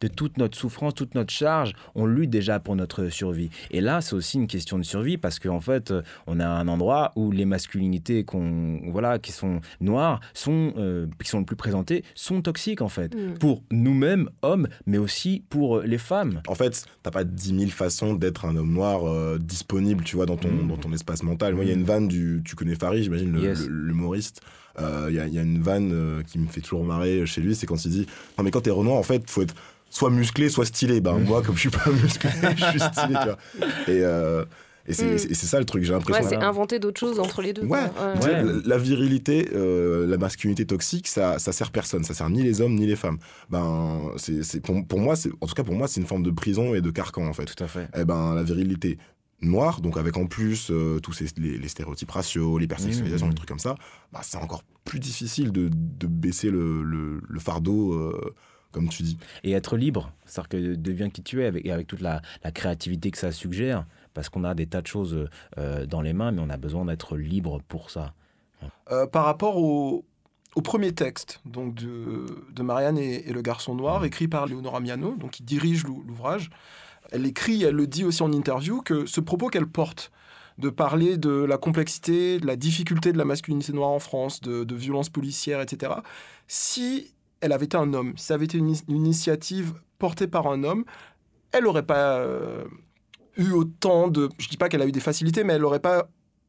de toute notre souffrance, toute notre charge, on lutte déjà pour notre survie. Et là, c'est aussi une question de survie parce qu'en fait, on a un endroit où les masculinités qu'on, voilà, qui sont noires, sont, euh, qui sont le plus présentées, sont toxiques en fait, mmh. pour nous-mêmes, hommes, mais aussi pour les femmes. En fait, t'as pas dix mille façons d'être un homme noir euh, disponible, tu vois, dans ton, mmh. dans ton espace mental. Moi, il mmh. y a une vanne du... Tu connais Farid, j'imagine, le, yes. l'humoriste. Il euh, y, y a une vanne euh, qui me fait toujours marrer chez lui, c'est quand il dit « Non, mais quand t'es renoir, en fait, faut être soit musclé, soit stylé. » Ben, mmh. moi, comme je suis pas musclé, je suis stylé, tu vois. Et... Euh, Et c'est, mmh. c'est, c'est ça le truc, j'ai l'impression. Ouais, c'est inventer d'autres choses entre les deux. Ouais, ouais. La, la virilité, euh, la masculinité toxique, ça, ça sert personne. Ça sert ni les hommes ni les femmes. Ben, c'est, c'est, pour, pour moi, c'est, en tout cas pour moi, c'est une forme de prison et de carcan en fait. Tout à fait. Et ben, la virilité noire, donc avec en plus euh, tous ces, les, les stéréotypes raciaux, l'hypersexualisation, mmh. les trucs comme ça, bah, c'est encore plus difficile de, de baisser le, le, le fardeau. Euh, comme tu dis. Et être libre, c'est-à-dire que deviens qui tu es, avec, et avec toute la, la créativité que ça suggère, parce qu'on a des tas de choses euh, dans les mains, mais on a besoin d'être libre pour ça. Euh, par rapport au, au premier texte donc de, de Marianne et, et le garçon noir, mmh. écrit par Leonora Miano, donc qui dirige l'ouvrage, elle écrit, elle le dit aussi en interview, que ce propos qu'elle porte, de parler de la complexité, de la difficulté de la masculinité noire en France, de, de violences policières, et cetera, si elle avait été un homme, si ça avait été une, une initiative portée par un homme, elle n'aurait pas euh, eu autant de... Je ne dis pas qu'elle a eu des facilités, mais elle n'aurait pas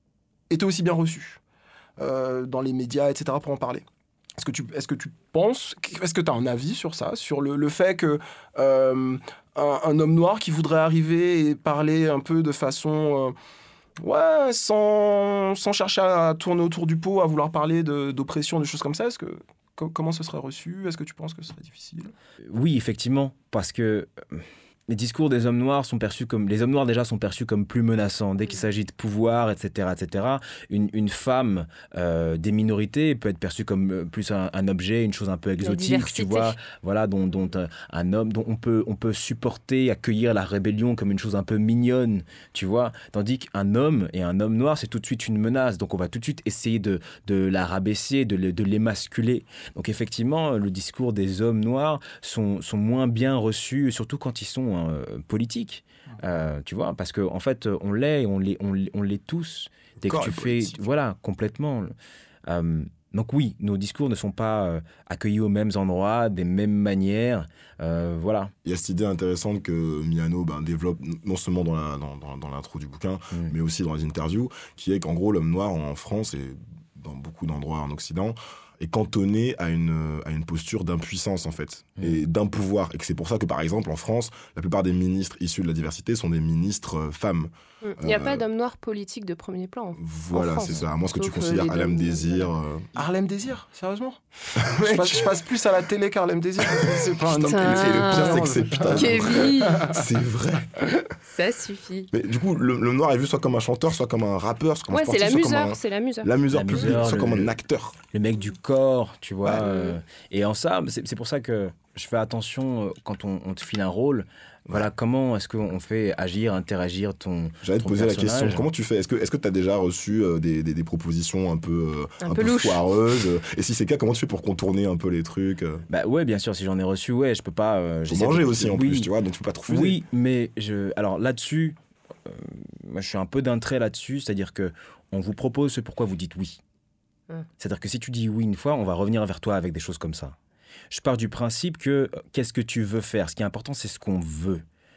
été aussi bien reçue euh, dans les médias, et cetera, pour en parler. Est-ce que tu, est-ce que tu penses... Est-ce que tu as un avis sur ça, sur le, le fait que euh, un, un homme noir qui voudrait arriver et parler un peu de façon... Euh, ouais, sans, sans chercher à tourner autour du pot, à vouloir parler de, d'oppression, des choses comme ça, est-ce que... Comment ce serait reçu ? Est-ce que tu penses que ce serait difficile ? Oui, effectivement, parce que les discours des hommes noirs sont perçus comme... Les hommes noirs, déjà, sont perçus comme plus menaçants. Dès qu'il s'agit de pouvoir, et cetera, et cetera, une, une femme euh, des minorités peut être perçue comme plus un, un objet, une chose un peu exotique, tu vois, voilà, dont, dont un homme, dont on peut, on peut supporter, accueillir la rébellion comme une chose un peu mignonne, tu vois. Tandis qu'un homme et un homme noir, c'est tout de suite une menace. Donc, on va tout de suite essayer de, de la rabaisser, de, de l'émasculer. Donc, effectivement, le discours des hommes noirs sont, sont moins bien reçus, surtout quand ils sont Euh, politique, euh, tu vois, parce qu'en en fait, on l'est, on l'est, on l'est, on l'est tous. Dès que tu fais, voilà, complètement. Euh, donc oui, nos discours ne sont pas euh, accueillis aux mêmes endroits, des mêmes manières, euh, voilà. Il y a cette idée intéressante que Miano ben, développe non seulement dans, la, dans, dans, dans l'intro du bouquin, mmh. mais aussi dans les interviews, qui est qu'en gros, l'homme noir en France et dans beaucoup d'endroits en Occident est cantonné à une, à une posture d'impuissance, en fait, mmh. et d'impouvoir. Et que c'est pour ça que, par exemple, en France, la plupart des ministres issus de la diversité sont des ministres euh, femmes. Mmh. Il n'y a euh, pas d'homme noir politique de premier plan. Voilà, c'est ça. À moins que tu considères Harlem Désir. Euh... Harlem Désir, sérieusement je, passe, je passe plus à la télé qu'Harlem Désir. C'est pas un homme politique. Le pire, c'est que c'est putain. Kevin C'est vrai. Ça suffit. Mais du coup, le, le noir est vu soit comme un chanteur, soit comme un rappeur, soit comme ouais, un sportif, c'est l'amuseur, un... c'est l'amuseur. L'amuseur la public, museur, soit le, comme un acteur. Le mec du corps, tu vois. Ouais. Euh, et en ça, c'est, c'est pour ça que je fais attention euh, quand on, on te file un rôle. Voilà, ouais. Comment est-ce qu'on fait agir, interagir ton J'allais te poser personnage. La question, comment tu fais ? Est-ce que est-ce que tu as déjà reçu euh, des, des, des propositions un peu, euh, un un peu, peu foireuses ? Et si c'est le cas, comment tu fais pour contourner un peu les trucs ? Bah ouais, bien sûr, si j'en ai reçu, ouais, je peux pas... Euh, Faut manger de... aussi en oui. plus, tu vois, donc tu peux pas te refuser. Oui, mais je... alors là-dessus, euh, moi je suis un peu d'un trait là-dessus, c'est-à-dire que on vous propose ce pourquoi vous dites oui. Hum. C'est-à-dire que si tu dis oui une fois, on va revenir vers toi avec des choses comme ça. Je pars du principe que qu'est-ce que tu veux faire ? Ce qui est important, c'est ce qu'on veut.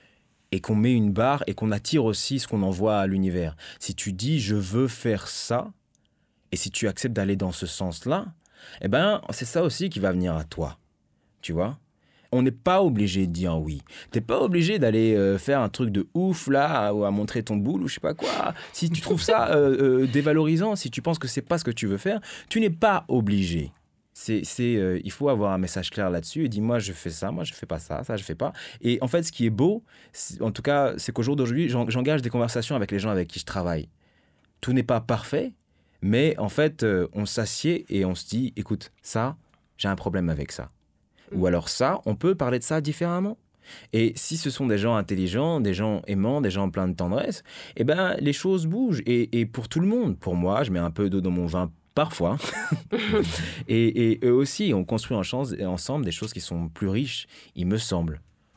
Et qu'on met une barre et qu'on attire aussi ce qu'on envoie à l'univers. Si tu dis « je veux faire ça », et si tu acceptes d'aller dans ce sens-là, eh ben, c'est ça aussi qui va venir à toi. Tu vois ? On n'est pas obligé de dire oui. T'es pas obligé d'aller euh, faire un truc de ouf là, ou à montrer ton boule ou je sais pas quoi. Si tu trouves ça euh, euh, dévalorisant, si tu penses que c'est pas ce que tu veux faire, tu n'es pas obligé. C'est, c'est, euh, il faut avoir un message clair là-dessus et dire moi je fais ça, moi je fais pas ça, ça je fais pas. Et en fait ce qui est beau, c'est, en tout cas c'est qu'au jour d'aujourd'hui j'engage des conversations avec les gens avec qui je travaille. Tout n'est pas parfait, mais en fait euh, on s'assied et on se dit écoute ça j'ai un problème avec ça. Mmh. Ou alors ça on peut parler de ça différemment. Et si ce sont des gens intelligents, des gens aimants, des gens pleins de tendresse, eh ben les choses bougent et, et pour tout le monde. Pour moi je mets un peu d'eau dans mon vin. Parfois. et, et eux aussi, on construit ensemble des choses qui sont plus riches, il me semble.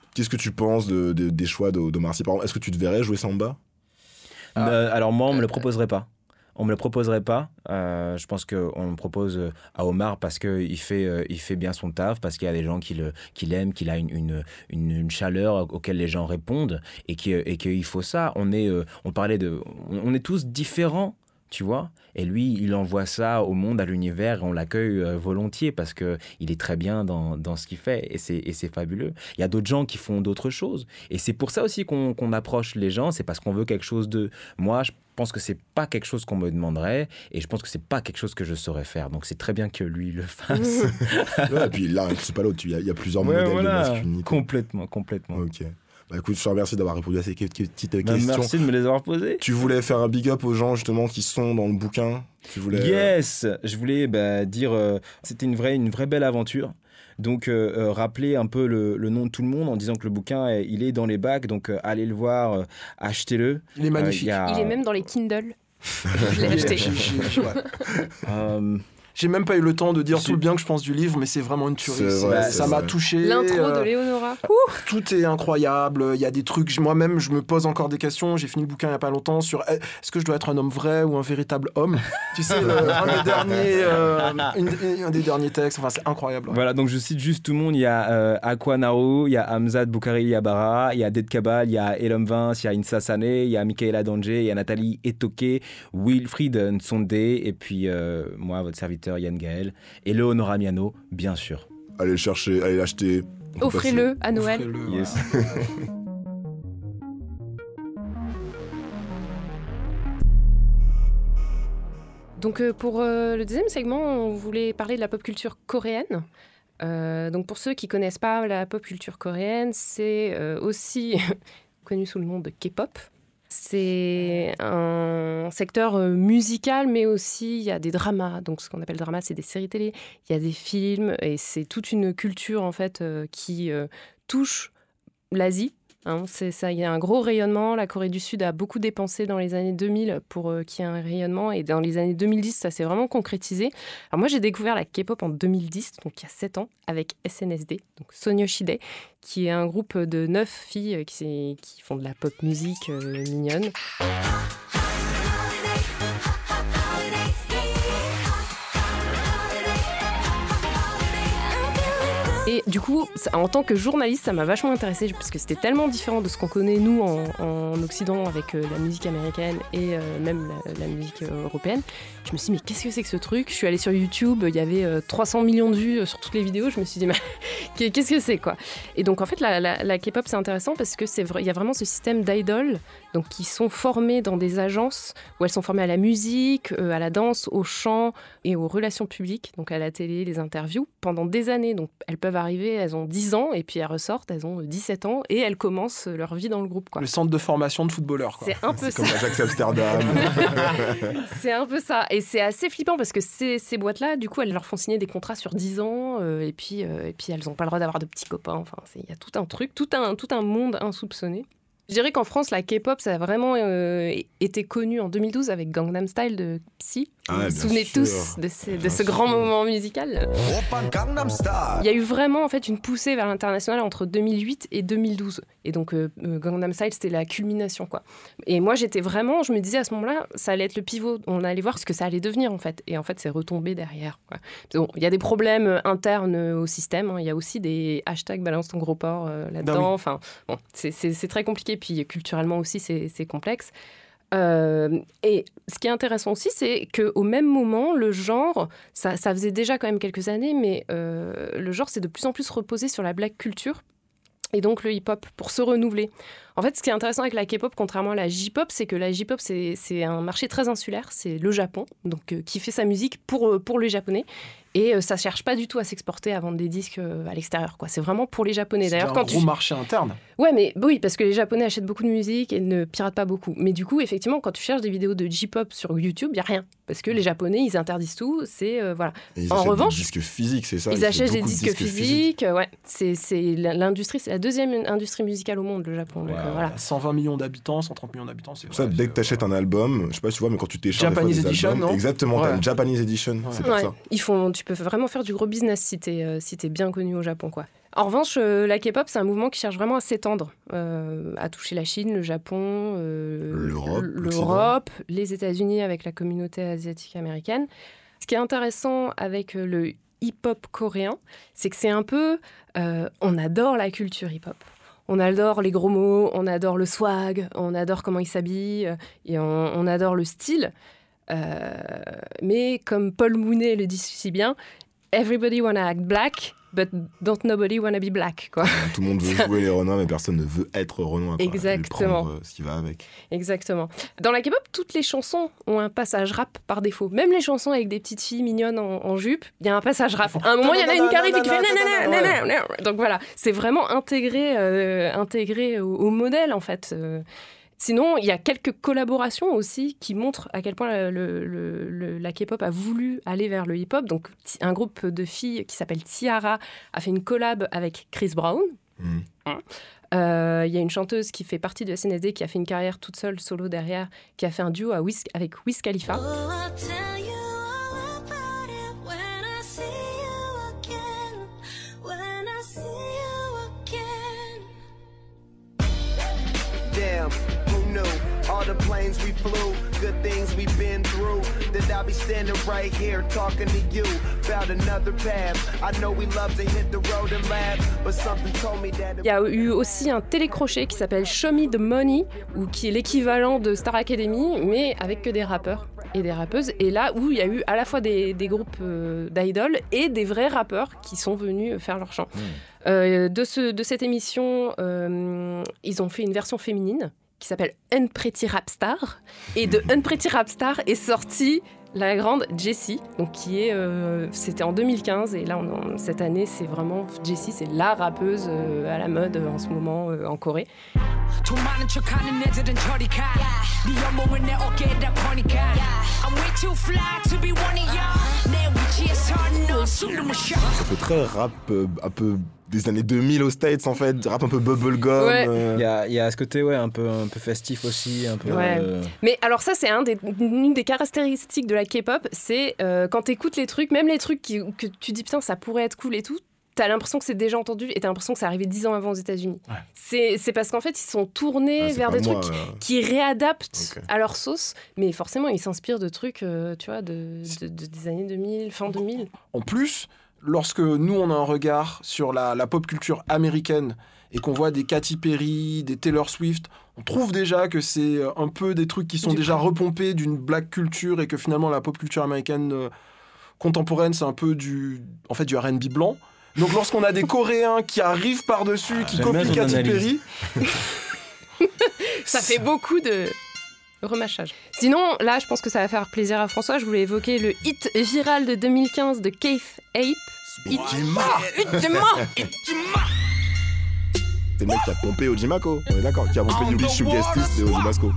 Qu'est-ce que tu penses de, de, des choix d'Omar Sy? Par exemple, est-ce que tu te verrais jouer Samba? ah. euh, Alors moi, on me le proposerait pas. On me le proposerait pas. Euh, je pense qu'on me propose à Omar parce qu'il fait, euh, il fait bien son taf, parce qu'il y a des gens qui, le, qui l'aiment, qu'il a une, une, une, une chaleur auquel les gens répondent et qu'il et qu'il faut ça. On, est, euh, on parlait de... On est tous différents, tu vois. Et lui, il envoie ça au monde, à l'univers, et on l'accueille euh, volontiers parce qu'il est très bien dans, dans ce qu'il fait et c'est, et c'est fabuleux. Il y a d'autres gens qui font d'autres choses. Et c'est pour ça aussi qu'on, qu'on approche les gens, c'est parce qu'on veut quelque chose de... Moi, je Je pense que c'est pas quelque chose qu'on me demanderait et je pense que c'est pas quelque chose que je saurais faire. Donc c'est très bien que lui le fasse. Ouais, et puis là, c'est pas l'autre. Il y a, il y a plusieurs ouais, modèles voilà. de masculinité. Complètement, complètement. Ok. Bah écoute, je te remercie d'avoir répondu à ces quelques petites questions. Ben, merci de me les avoir posées. Tu voulais faire un big up aux gens justement qui sont dans le bouquin. Tu voulais. Yes, je voulais bah, dire, euh, c'était une vraie, une vraie belle aventure. Donc, euh, euh, rappeler un peu le, le nom de tout le monde en disant que le bouquin, est, il est dans les bacs. Donc, euh, allez le voir, euh, achetez-le. Il est magnifique. Euh, y a... Il est même dans les Kindle. Je l'ai acheté. J'ai- j'ai- j'ai- ouais. euh, J'ai même pas eu le temps de dire Je- tout le bien que je pense du livre, mais c'est vraiment une tuerie. C'est C'est- vrai, ça c'est m'a vrai. touché. L'intro euh, de Léonora. Tout est incroyable. Il y a des trucs. Moi-même, je me pose encore des questions. J'ai fini le bouquin il y a pas longtemps sur est-ce que je dois être un homme vrai ou un véritable homme. Tu sais, le- un des derniers, euh, une- un des derniers textes. Enfin, c'est incroyable. Ouais. Voilà, donc je cite juste tout le monde. Il y a euh, Aqua Naro, il y a Hamzat Boukari Yabara, il y a Ded Kabal, il y a Elom Vince, il y a Insa Sané, il y a Michaela Danger, il y a Nathalie Etoke, Wilfried Nsonde, et puis euh, moi, votre serviteur Yann Gaël, et Léonora Miano, bien sûr. Allez le chercher, allez l'acheter. On peut Offrez-le à Noël. Offrez-le, Yes. voilà. Donc euh, pour euh, le deuxième segment, on voulait parler de la pop culture coréenne. Euh, donc pour ceux qui connaissent pas la pop culture coréenne, c'est euh, aussi connu sous le nom de K-pop. C'est un secteur euh, musical, mais aussi il y a des dramas. Donc ce qu'on appelle drama, c'est des séries télé. Il y a des films et c'est toute une culture en fait euh, qui euh, touche l'Asie. Hein, c'est ça, il y a un gros rayonnement. La Corée du Sud a beaucoup dépensé dans les années deux mille pour euh, qu'il y ait un rayonnement. Et dans les années deux mille dix, ça s'est vraiment concrétisé. Alors moi, j'ai découvert la K-pop en deux mille dix, donc il y a sept ans, avec S N S D, donc Sonyeoshide, qui est un groupe de neuf filles euh, qui, qui font de la pop musique euh, mignonne. Et du coup, ça- en tant que journaliste, ça m'a vachement intéressée parce que c'était tellement différent de ce qu'on connaît, nous, en, en Occident, avec euh, la musique américaine et euh, même la, la musique euh, européenne. Je me suis dit, mais qu'est-ce que c'est que ce truc? Je suis allée sur YouTube, il y avait euh, trois cents millions de vues euh, sur toutes les vidéos. Je me suis dit, mais qu'est-ce que c'est, quoi? Et donc, en fait, la, la, la K-pop, c'est intéressant parce que c'est vrai, il y a vraiment ce système d'idoles, donc qui sont formées dans des agences où elles sont formées à la musique, euh, à la danse, au chant et aux relations publiques, donc à la télé, les interviews, pendant des années. Donc, elles peuvent arriver, elles ont dix ans, et puis elles ressortent, elles ont dix-sept ans, et elles commencent leur vie dans le groupe, quoi. Le centre de formation de footballeurs. Quoi. C'est un peu C'est ça. comme Ajax Amsterdam. C'est un peu ça. Et c'est assez flippant parce que ces, ces boîtes-là, du coup, elles leur font signer des contrats sur dix ans, euh, et, puis, euh, et puis elles n'ont pas le droit d'avoir de petits copains. Enfin, c'est- il y a tout un truc, tout un, tout un monde insoupçonné. Je dirais qu'en France, la K-pop, ça a vraiment euh, été connu en deux mille douze avec Gangnam Style de Psy. Ah, vous bien vous souvenez sûr. tous de, ces- de Bien ce sûr. grand moment musical. Il y a eu vraiment en fait une poussée vers l'international entre deux mille huit et deux mille douze. Et donc euh, euh, Gangnam Style, c'était la culmination, quoi. Et moi, j'étais vraiment, je me disais à ce moment-là, ça allait être le pivot. On allait voir ce que ça allait devenir, en fait. Et en fait, c'est retombé derrière, quoi. Bon, il y a des problèmes internes au système. Hein. Il y a aussi des hashtags balance ton gros porc euh, là-dedans. Ben oui. Enfin, bon, c'est, c'est, c'est très compliqué. Puis culturellement aussi, c'est, c'est complexe. Euh, et ce qui est intéressant aussi, c'est qu'au même moment, le genre, ça, ça faisait déjà quand même quelques années, mais euh, le genre s'est de plus en plus reposé sur la black culture et donc le hip-hop pour se renouveler. En fait, ce qui est intéressant avec la K-pop, contrairement à la J-pop, c'est que la J-pop, c'est, c'est un marché très insulaire, c'est le Japon, donc euh, qui fait sa musique pour, pour les Japonais. Et euh, ça ne cherche pas du tout à s'exporter, à vendre des disques euh, à l'extérieur, quoi. C'est vraiment pour les Japonais. C'est D'ailleurs, un quand gros tu... marché interne. Ouais, mais oui, parce que les Japonais achètent beaucoup de musique et ne piratent pas beaucoup. Mais du coup, effectivement, quand tu cherches des vidéos de J-pop sur YouTube, il n'y a rien. Parce que les Japonais, ils interdisent tout. C'est, euh, voilà. Et ils En achètent revanche, des disques physiques, c'est ça? Ils font achètent des beaucoup de disques, physiques. euh, Ouais, c'est, c'est l'industrie, c'est la deuxième industrie musicale au monde, le Japon. Donc, Wow. euh, voilà. cent vingt millions d'habitants, cent trente millions d'habitants. C'est Pour ça, ouais, dès c'est- que tu achètes un album, je sais pas si tu vois, mais quand tu télécharges des fois Japanese des edition, albums, non? exactement, t'as Ouais. une Japanese edition, c'est pour Ouais, ça. ils font, tu peux vraiment faire du gros business si t'es, euh, si t'es bien connu au Japon, quoi. En revanche, euh, la K-pop, c'est un mouvement qui cherche vraiment à s'étendre, euh, à toucher la Chine, le Japon, euh, L'Europe, l'Europe, les États-Unis avec la communauté asiatique américaine. Ce qui est intéressant avec le hip-hop coréen, c'est que c'est un peu... Euh, on adore la culture hip-hop. On adore les gros mots, on adore le swag, on adore comment ils s'habillent, et on, on adore le style. Euh, mais comme Paul Mooney le dit si bien, « Everybody wanna act black ». But don't nobody wanna be black, quoi. Tout le monde veut jouer les Renois, mais personne ne veut être Renois. Quoi. Exactement. Et prendre ce qui va avec. Exactement. Dans la K-pop, toutes les chansons ont un passage rap par défaut. Même les chansons avec des petites filles mignonnes en, en jupe, il y a un passage rap. À un moment, il y en a une qui arrive et qui fait nanana, nanana. Donc voilà, c'est vraiment intégré, euh, intégré au, au modèle, en fait. Euh, Sinon, il y a quelques collaborations aussi qui montrent à quel point le, le, le, la K-pop a voulu aller vers le hip-hop. Donc, un groupe de filles qui s'appelle Tiara a fait une collab avec Chris Brown. Mmh. Euh, il y a une chanteuse qui fait partie de S N S D qui a fait une carrière toute seule, solo derrière, qui a fait un duo à Wiz, avec Wiz Khalifa. All the planes we flew, good things we've been through. That I'll be standing right here talking to you about another path. I know we love to hit the road and laugh, but something told me that. Il y a eu aussi un télécrochet qui s'appelle Show Me the Money, ou qui est l'équivalent de Star Academy, mais avec que des rappeurs et des rappeuses. Et là où il y a eu à la fois des, des groupes euh, d'idoles et des vrais rappeurs qui sont venus faire leur chant. Mmh. Euh, de, ce, de cette émission, euh, ils ont fait une version féminine qui s'appelle Unpretty Rap Star. Et de Unpretty Rap Star est sortie la grande Jessie, donc qui est, euh, c'était en deux mille quinze, et là, on, on, cette année, c'est vraiment, Jessie, c'est la rappeuse euh, à la mode euh, en ce moment euh, en Corée. Ça fait très rap euh, un peu des années deux mille aux States, en fait, rap un peu bubblegum. Ouais. Euh... Il y a, il y a ce côté ouais, un, peu, un peu festif aussi. Un peu, ouais. euh... Mais alors ça, c'est un des, une des caractéristiques de la K-pop, c'est euh, quand tu écoutes les trucs, même les trucs qui, que tu dis putain, ça pourrait être cool et tout, t'as l'impression que c'est déjà entendu et t'as l'impression que c'est arrivé dix ans avant aux États-Unis. Ouais. C'est, c'est parce qu'en fait, ils sont tournés ah, vers des moi, trucs euh... qui réadaptent okay. à leur sauce, mais forcément, ils s'inspirent de trucs, euh, tu vois, de, de, de, des années deux mille, fin deux mille. En plus, lorsque nous, on a un regard sur la, la pop culture américaine et qu'on voit des Katy Perry, des Taylor Swift, on trouve déjà que c'est un peu des trucs qui sont du déjà coup. repompés d'une black culture et que finalement, la pop culture américaine euh, contemporaine, c'est un peu du, en fait, du R and B blanc. Donc lorsqu'on a des Coréens qui arrivent par-dessus, ah, qui copient Katy Perry... ça fait beaucoup de remâchage. Sinon, là, je pense que ça va faire plaisir à François. Je voulais évoquer le hit viral de deux mille quinze de Keith Ape. Ujima Ujima C'est le mec qui a pompé Ojimako, on est d'accord, qui a pompé Yuri Shugestis et Ojimasko.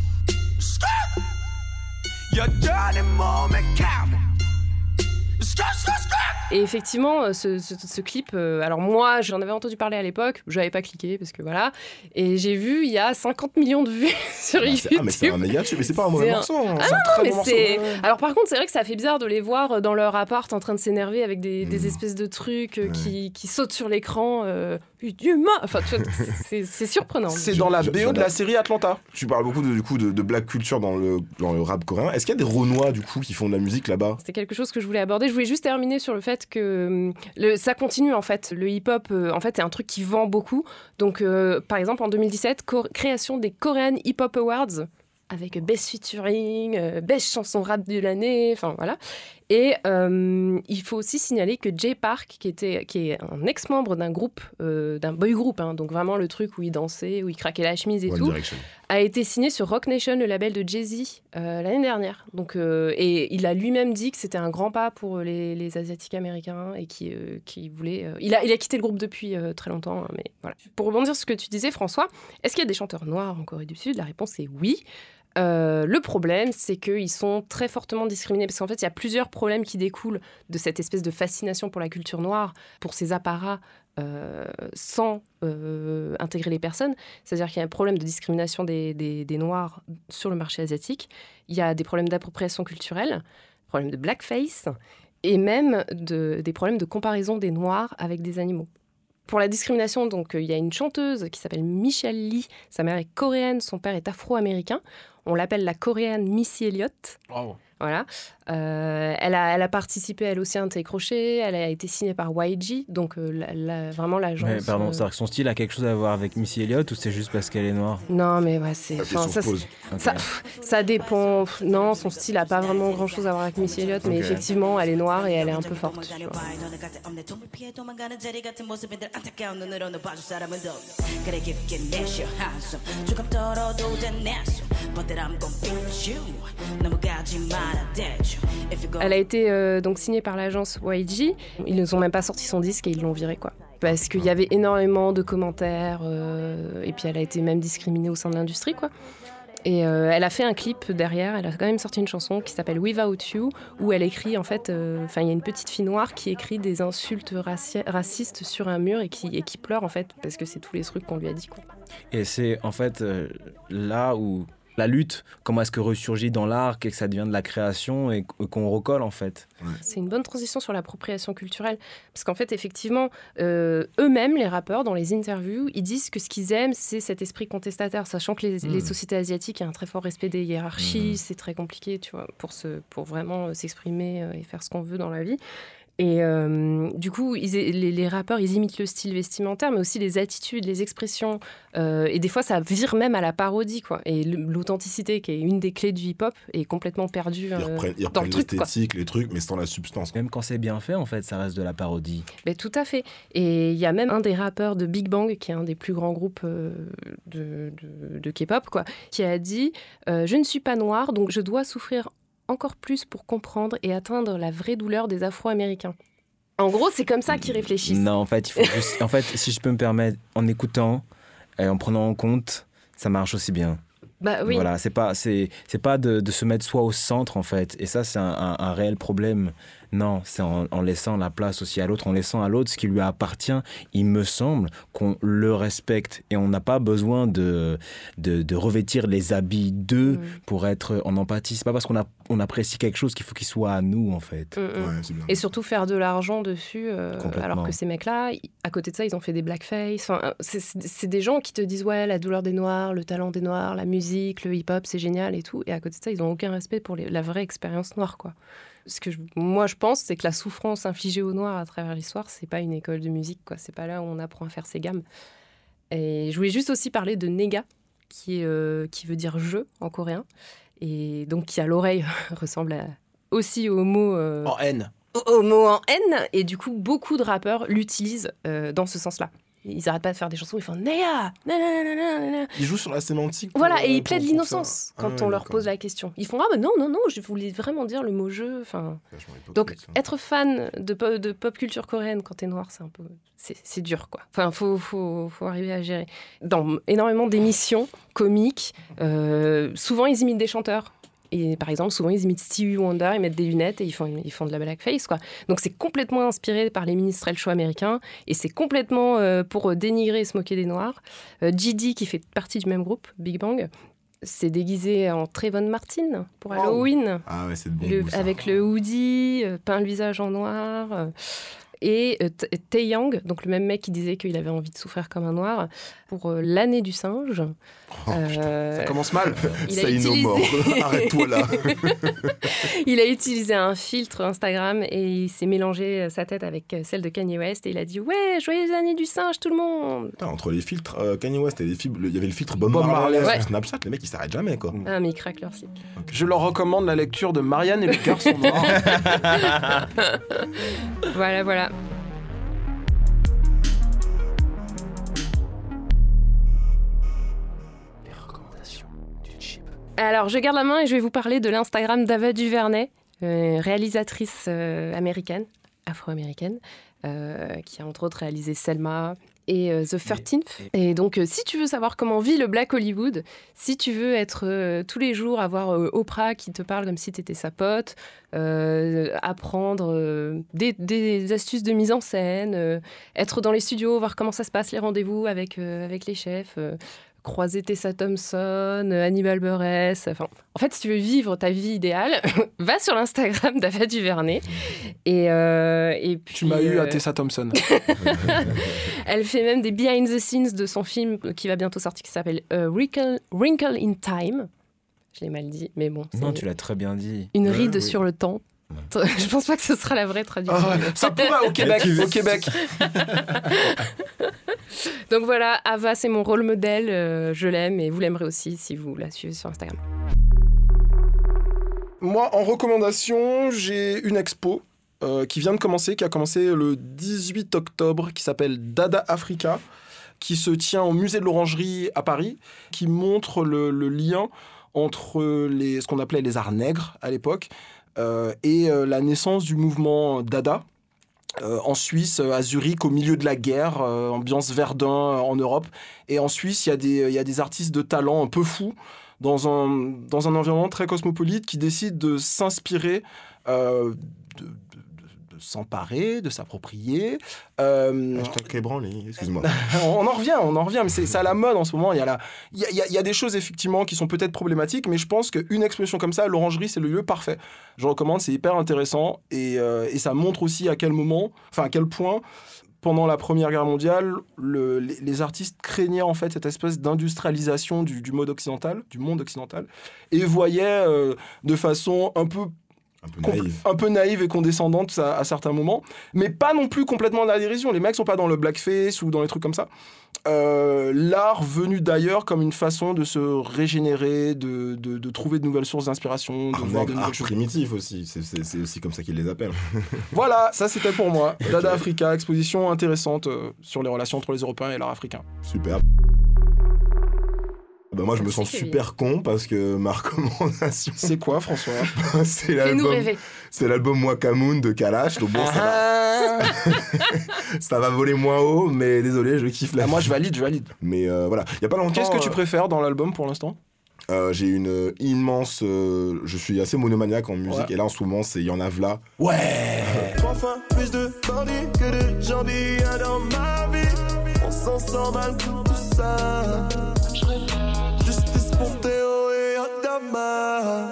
Et effectivement, ce, ce, ce clip, euh, alors moi, j'en avais entendu parler à l'époque, je n'avais pas cliqué parce que voilà, et j'ai vu, il y a cinquante millions de vues sur ah, YouTube. Ah, mais c'est un méga tube, mais c'est pas un mauvais c'est morceau. Un... Hein. Ah c'est non, un très mais bon c'est... morceau. Alors par contre, c'est vrai que ça fait bizarre de les voir dans leur appart en train de s'énerver avec des, mmh. des espèces de trucs euh, ouais. qui, qui sautent sur l'écran. Euh... Enfin, tu vois, c'est, c'est surprenant. C'est dans la B O de la série Atlanta. Tu parles beaucoup de, du coup, de, de black culture dans le, dans le rap coréen. Est-ce qu'il y a des Renois du coup qui font de la musique là-bas ? C'était quelque chose que je voulais aborder. Je voulais juste terminer sur le fait que le, ça continue en fait. Le hip-hop, euh, en fait, c'est un truc qui vend beaucoup. Donc, euh, par exemple, en deux mille dix-sept, co- création des Korean Hip Hop Awards avec Best Featuring, euh, Best Chanson Rap de l'année, enfin voilà. Et euh, il faut aussi signaler que Jay Park, qui, était, qui est un ex-membre d'un groupe, euh, d'un boy group, hein, donc vraiment le truc où il dansait, où il craquait la chemise et One tout, Direction. A été signé sur Roc Nation, le label de Jay-Z, euh, l'année dernière. Donc, euh, et il a lui-même dit que c'était un grand pas pour les, les Asiatiques américains et qui, euh, qui voulait... Euh, il, a, il a quitté le groupe depuis euh, très longtemps, mais voilà. Pour rebondir sur ce que tu disais, François, est-ce qu'il y a des chanteurs noirs en Corée du Sud ? La réponse est oui. Euh, le problème, c'est qu'ils sont très fortement discriminés parce qu'en fait, il y a plusieurs problèmes qui découlent de cette espèce de fascination pour la culture noire, pour ces apparats euh, sans euh, intégrer les personnes. C'est-à-dire qu'il y a un problème de discrimination des, des, des Noirs sur le marché asiatique. Il y a des problèmes d'appropriation culturelle, problèmes de blackface et même de, des problèmes de comparaison des Noirs avec des animaux. Pour la discrimination, donc il y a une chanteuse qui s'appelle Michelle Lee. Sa mère est coréenne, son père est afro-américain. On l'appelle la coréenne Missy Elliott. Wow. Voilà. Euh, elle, a, elle a participé, elle aussi, à un télécrochet. Elle a été signée par Y G, donc euh, la, la, vraiment l'agence. Mais pardon, euh... c'est-à-dire que son style a quelque chose à voir avec Missy Elliott ou c'est juste parce qu'elle est noire? Non, mais ouais, c'est. Ça, Ça, pose. ça, pff, ça dépend. Non, son style n'a pas vraiment grand-chose à voir avec Missy Elliott, mais Okay. effectivement, elle est noire et elle est un peu forte. Tu vois. Elle a été euh, donc signée par l'agence Y G. Ils ne ont même pas sorti son disque et ils l'ont virée, quoi. Parce qu'il y avait énormément de commentaires euh, et puis elle a été même discriminée au sein de l'industrie, quoi. Et euh, elle a fait un clip derrière, elle a quand même sorti une chanson qui s'appelle Without You, où elle écrit en fait, enfin euh, il y a une petite fille noire qui écrit des insultes raci- racistes sur un mur et qui, et qui pleure en fait, parce que c'est tous les trucs qu'on lui a dit, quoi. Et c'est en fait euh, là où la lutte, comment est-ce que ressurgit dans l'art, que ça devient de la création et qu'on recolle en fait. Ouais. C'est une bonne transition sur l'appropriation culturelle, parce qu'en fait effectivement euh, eux-mêmes les rappeurs dans les interviews ils disent que ce qu'ils aiment c'est cet esprit contestataire, sachant que les, mmh. les sociétés asiatiques il y a un très fort respect des hiérarchies, mmh. c'est très compliqué tu vois, pour, se, pour vraiment s'exprimer et faire ce qu'on veut dans la vie. Et euh, du coup, ils, les, les rappeurs, ils imitent le style vestimentaire, mais aussi les attitudes, les expressions. Euh, et des fois, ça vire même à la parodie, quoi. Et l'authenticité, qui est une des clés du hip-hop, est complètement perdue euh, ils reprennent, ils dans le truc, l'esthétique, les trucs, mais sans la substance. Même quand c'est bien fait, en fait, ça reste de la parodie. Mais tout à fait. Et il y a même un des rappeurs de Big Bang, qui est un des plus grands groupes euh, de, de, de K-pop, quoi, qui a dit euh, « Je ne suis pas noir, donc je dois souffrir encore plus pour comprendre et atteindre la vraie douleur des Afro-Américains. » En gros, c'est comme ça qu'ils réfléchissent. Non, en fait, il faut juste... en fait, si je peux me permettre, en écoutant et en prenant en compte, ça marche aussi bien. Bah oui. Voilà, c'est pas, c'est, c'est pas de, de se mettre soi au centre, en fait. Et ça, c'est un, un, un réel problème. Non, c'est en, en laissant la place aussi à l'autre, en laissant à l'autre ce qui lui appartient. Il me semble qu'on le respecte et on n'a pas besoin de, de, de revêtir les habits d'eux mmh. pour être en empathie. C'est pas parce qu'on a, on apprécie quelque chose qu'il faut qu'il soit à nous, en fait. Mmh, mmh. Ouais, c'est bien. Et surtout faire de l'argent dessus, euh, alors que ces mecs-là, à côté de ça, ils ont fait des blackface. Enfin, c'est, c'est, c'est des gens qui te disent ouais, la douleur des Noirs, le talent des Noirs, la musique, le hip-hop, c'est génial et tout. Et à côté de ça, ils n'ont aucun respect pour les, la vraie expérience noire, quoi. Ce que je, moi je pense, c'est que la souffrance infligée aux Noirs à travers l'histoire, c'est pas une école de musique, quoi. C'est pas là où on apprend à faire ses gammes. Et je voulais juste aussi parler de Nega, qui, est, euh, qui veut dire je en coréen, et donc qui à l'oreille ressemble à, aussi au mot euh, en haine. Au, au mot en haine, et du coup beaucoup de rappeurs l'utilisent euh, dans ce sens-là. Ils n'arrêtent pas de faire des chansons, ils font Nea, nanana. Ils jouent sur la sémantique. Voilà, pour, et ils pour, plaident pour l'innocence ça. quand ah, on ouais, leur d'accord. pose la question. Ils font ah, bah non, non, non, je voulais vraiment dire le mot jeu. Enfin, donc, ça. être fan de pop, de pop culture coréenne quand t'es noir, c'est un peu. C'est, c'est dur, quoi. Enfin, il faut, faut, faut arriver à gérer. Dans énormément d'émissions comiques, euh, souvent ils imitent des chanteurs. Et par exemple, souvent, ils imitent Stevie Wonder, ils mettent des lunettes et ils font, ils font de la blackface, quoi. Donc, c'est complètement inspiré par les minstrels show américains et c'est complètement euh, pour dénigrer et se moquer des Noirs. Euh, G D, qui fait partie du même groupe, Big Bang, s'est déguisé en Trayvon Martin pour Halloween. Oh. Ah ouais, c'est de bon le, goût, ça. Avec le hoodie, euh, peint le visage en noir... Euh, et euh, Taeyang, donc le même mec qui disait qu'il avait envie de souffrir comme un noir, pour euh, l'année du singe. Oh, euh, ça commence mal. Il a Say utilisé... no more. Arrête-toi là. Il a utilisé un filtre Instagram et il s'est mélangé sa tête avec celle de Kanye West et il a dit « Ouais, joyeuses années du singe, tout le monde !» Putain, entre les filtres euh, Kanye West et les filtres, il y avait le filtre Bob, Bob Marley Marley, sur Snapchat, les mecs ils s'arrêtent jamais, quoi. Ah, mais ils craquent leur slip. Okay. Je leur recommande la lecture de Marianne et le garçon noir. Voilà, voilà. Alors, je garde la main et je vais vous parler de l'Instagram d'Ava DuVernay, euh, réalisatrice euh, américaine, afro-américaine, euh, qui a entre autres réalisé Selma et euh, The thirteenth. Et donc, euh, si tu veux savoir comment vit le Black Hollywood, si tu veux être euh, tous les jours, avoir euh, Oprah qui te parle comme si tu étais sa pote, euh, apprendre euh, des, des astuces de mise en scène, euh, être dans les studios, voir comment ça se passe, les rendez-vous avec, euh, avec les chefs... Euh, croiser Tessa Thompson, Hannibal Buress. Enfin, en fait, si tu veux vivre ta vie idéale, va sur l'Instagram d'Ava DuVernay Et, euh, et puis, Tu m'as eu euh, à Tessa Thompson. Elle fait même des behind the scenes de son film qui va bientôt sortir, qui s'appelle euh, Wrinkle, Wrinkle in Time. Je l'ai mal dit, mais bon. C'est Non, tu l'as très bien dit. une Ouais, ride oui. sur le temps. Je pense pas que ce sera la vraie traduction. Ah, ça pourrait au Québec. Au Québec. Donc voilà, Ava, c'est mon rôle modèle. euh, je l'aime et vous l'aimerez aussi si vous la suivez sur Instagram. Moi, en recommandation, j'ai une expo euh, qui vient de commencer, qui a commencé le dix-huit octobre, qui s'appelle Dada Africa, qui se tient au musée de l'Orangerie à Paris, qui montre le, le lien entre les, ce qu'on appelait les arts nègres à l'époque euh, et euh, la naissance du mouvement Dada. Euh, en Suisse, euh, à Zurich, au milieu de la guerre, euh, ambiance Verdun euh, en Europe. Et en Suisse, il y a des, il y a des artistes de talent un peu fous dans un, dans un environnement très cosmopolite qui décident de s'inspirer, euh, de, de, de, de s'emparer, de s'approprier. Euh, Hashtag Kébranlé, excuse-moi. on en revient, on en revient, mais c'est, c'est à la mode en ce moment. Il y a, la, il y a, il y a, il y a des choses effectivement qui sont peut-être problématiques, mais je pense qu'une exposition comme ça, l'Orangerie, c'est le lieu parfait. Je recommande, c'est hyper intéressant et, euh, et ça montre aussi à quel moment, enfin à quel point, pendant la Première Guerre mondiale, le, les, les artistes craignaient en fait cette espèce d'industrialisation du, du mode occidental, du monde occidental, et voyaient euh, de façon un peu Un peu compl- naïf. un peu naïve et condescendante à, à certains moments, mais pas non plus complètement dans la dérision. Les mecs sont pas dans le blackface ou dans les trucs comme ça. Euh, l'art venu d'ailleurs comme une façon de se régénérer, de, de, de trouver de nouvelles sources d'inspiration, de Un voir de art nouvelles choses. primitif aussi, c'est, c'est, c'est aussi comme ça qu'ils les appellent. Voilà, ça c'était pour moi. Dada Africa, exposition intéressante euh, sur les relations entre les Européens et l'art africain. Super. Bah moi je me Merci, sens Kevin. super con parce que ma recommandation C'est quoi, François? c'est Fais-nous l'album, rêver. c'est l'album Wakamoon de Kalash, donc bon ça va, Ah, ça va voler moins haut, mais désolé je kiffe la Ah, moi je valide, je valide. Mais euh, voilà, il y a pas longtemps. Qu'est-ce que tu euh, préfères dans l'album pour l'instant? euh, j'ai une euh, immense, euh, je suis assez monomaniaque en musique Ouais. et là en ce moment c'est Y'en a v'là. Ouais. Trois fois plus de bandits que de gens bien dans ma vie. On s'en sort malgré tout ça. Justice pour Théo et Adama.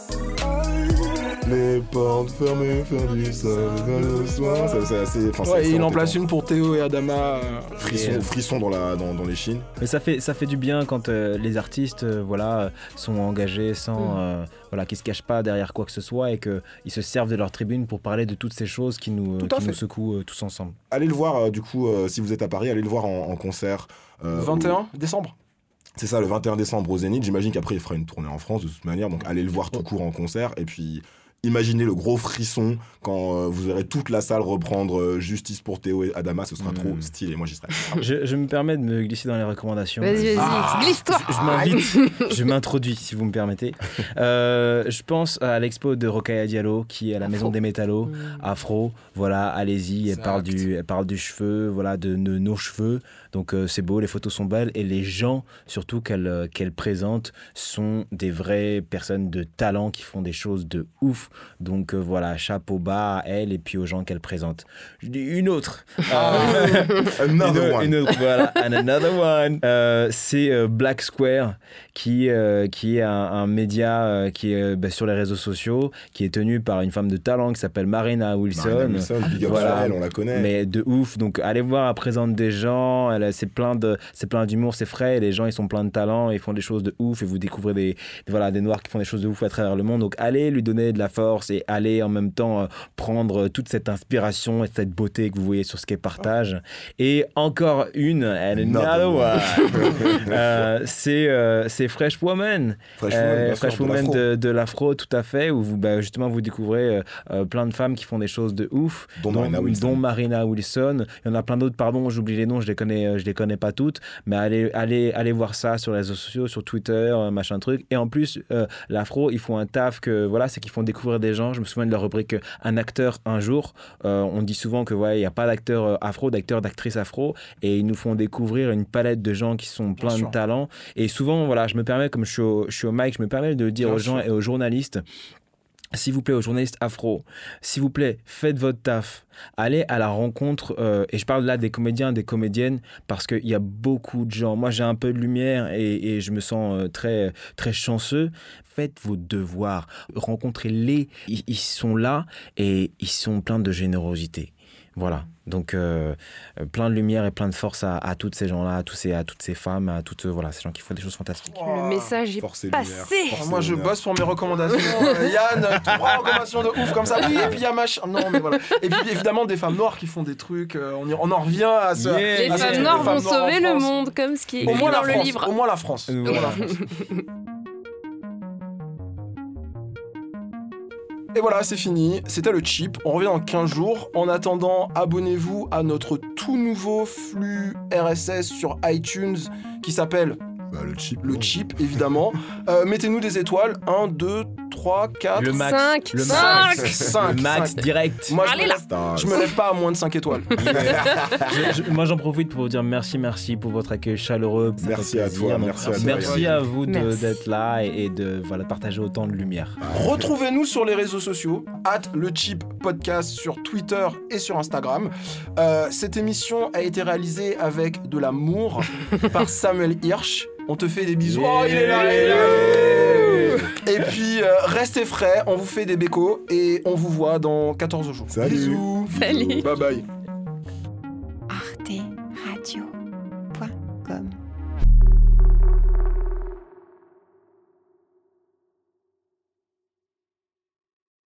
Les portes fermées, faire du sol le soir. Ça, c'est assez. Enfin, c'est Ouais, assez il en entêtant. place une pour Théo et Adama. euh, Frisson, Et, euh, frisson dans, la, dans, dans les chines. Mais ça fait, ça fait du bien quand euh, les artistes euh, voilà, euh, sont engagés sans, Mm. euh, voilà, qu'ils ne se cachent pas derrière quoi que ce soit et qu'ils se servent de leur tribune pour parler de toutes ces choses qui nous, euh, Tout à qui fait. nous secouent euh, tous ensemble. Allez le voir, euh, du coup, euh, si vous êtes à Paris, allez le voir en, en concert. euh, vingt et au- un décembre. C'est ça, le vingt et un décembre au Zénith. J'imagine qu'après, il fera une tournée en France de toute manière. Donc, allez le voir tout court en concert. Et puis, imaginez le gros frisson quand euh, vous verrez toute la salle reprendre euh, Justice pour Théo et Adama. Ce sera Mm. trop stylé. Moi, j'y serai. Je, je me permets de me glisser dans les recommandations. Vas-y, vas-y, Ah, glisse-toi. Je m'invite, je m'introduis si vous me permettez. Euh, je pense à l'expo de Rokhaya Diallo qui est à la Afro. Maison des Métallos, Afro. Voilà, allez-y, elle Exact. parle, du, elle parle du cheveu, voilà, de, de nos cheveux. Donc euh, c'est beau, les photos sont belles et les gens surtout qu'elle euh, qu'elle présente sont des vraies personnes de talent qui font des choses de ouf. Donc euh, voilà, chapeau bas à elle et puis aux gens qu'elle présente. Je dis une autre. Euh, Another une, one. une autre, voilà, and another one. Euh, c'est euh, Black Square, qui, euh, qui est un, un média euh, qui est euh, bah, sur les réseaux sociaux, qui est tenu par une femme de talent qui s'appelle Marina Wilson. Marina Wilson, big up Voilà. sur elle, on la connaît. Mais de ouf, donc allez voir, elle présente des gens, elle, a- c'est plein de, c'est plein d'humour, c'est frais, et les gens ils sont plein de talent, ils font des choses de ouf, et vous découvrez des, des- voilà, des noirs qui font des choses de ouf à travers le monde, donc allez lui donner de la force, et allez en même temps euh, prendre toute cette inspiration et cette beauté que vous voyez sur ce qu'elle partage. Et encore une, and another one, Euh, c'est, euh, c'est Fresh Woman, Fresh Euh, Woman, bien sûr, Fresh de Woman l'afro. de, de l'afro, tout à fait, où vous, bah, justement vous découvrez euh, euh, plein de femmes qui font des choses de ouf, Dont Marina Wilson. dont Marina Wilson. Il y en a plein d'autres, pardon, j'oublie les noms, je les connais, euh, je les connais pas toutes, mais allez, allez, allez voir ça sur les réseaux sociaux, sur Twitter, euh, machin truc. Et en plus, euh, l'afro, ils font un taf que voilà, c'est qu'ils font découvrir des gens. Je me souviens de leur rubrique Un acteur un jour. Euh, on dit souvent que voilà, il n'y a pas d'acteur euh, afro, d'acteur, d'actrice afro, et ils nous font découvrir une palette de gens qui sont plein Bien de sûr. talent. Et souvent, voilà, je me permets, comme je suis au, je suis au mic, je me permets de le dire Bien aux gens sûr. et aux journalistes. s'il vous plaît, aux journalistes afro, s'il vous plaît, faites votre taf. Allez à la rencontre, euh, et je parle là des comédiens, des comédiennes, parce qu'il y a beaucoup de gens. Moi, j'ai un peu de lumière et, et je me sens euh, très, très chanceux. Faites vos devoirs, rencontrez-les. Ils, ils sont là et ils sont pleins de générosité. Voilà, donc euh, plein de lumière et plein de force à, à toutes ces gens-là, à, tous ces, à toutes ces femmes, à toutes voilà, ces gens qui font des choses fantastiques. Le message est Force et passé. lumière, force Moi, et je lumière. bosse pour mes recommandations. Euh, Yann, trois recommandations de ouf comme ça. Oui, et puis il y a machin. Non, mais voilà. Et puis évidemment, des femmes noires qui font des trucs. euh, on, y- on en revient à ce. Yeah. Les à ce femmes truc des noires vont femmes noires en sauver le France. monde, comme ce qui est Au écrit moins, la dans le France, livre. au moins la France. Euh, Au moins la voilà. France. Et voilà, c'est fini. C'était le Chip. On revient dans quinze jours. En attendant, abonnez-vous à notre tout nouveau flux R S S sur iTunes qui s'appelle Bah, le chip. le Chip, évidemment. Euh, mettez-nous des étoiles. un, deux, trois, quatre, Le max. Cinq. Le Cinq. max. cinq. Le max direct. Moi, je Allez me, là. lève, Putain, je me lève pas à moins de cinq étoiles. Je- je- moi, j'en profite pour vous dire merci, merci pour votre accueil chaleureux. ça Merci fait à plaisir. toi, Donc, merci à toi, Merci Yann. à vous de- Merci. d'être là et, et de voilà, partager autant de lumière. Retrouvez-nous sur les réseaux sociaux, at le Chip Podcast sur Twitter et sur Instagram. Euh, cette émission a été réalisée avec de l'amour par Samuel Hirsch. On te fait des bisous. Oh, il est là, il est là. Et puis, euh, restez frais, on vous fait des bécos et on vous voit dans quatorze jours. Salut. Bisous. Salut. Bye bye.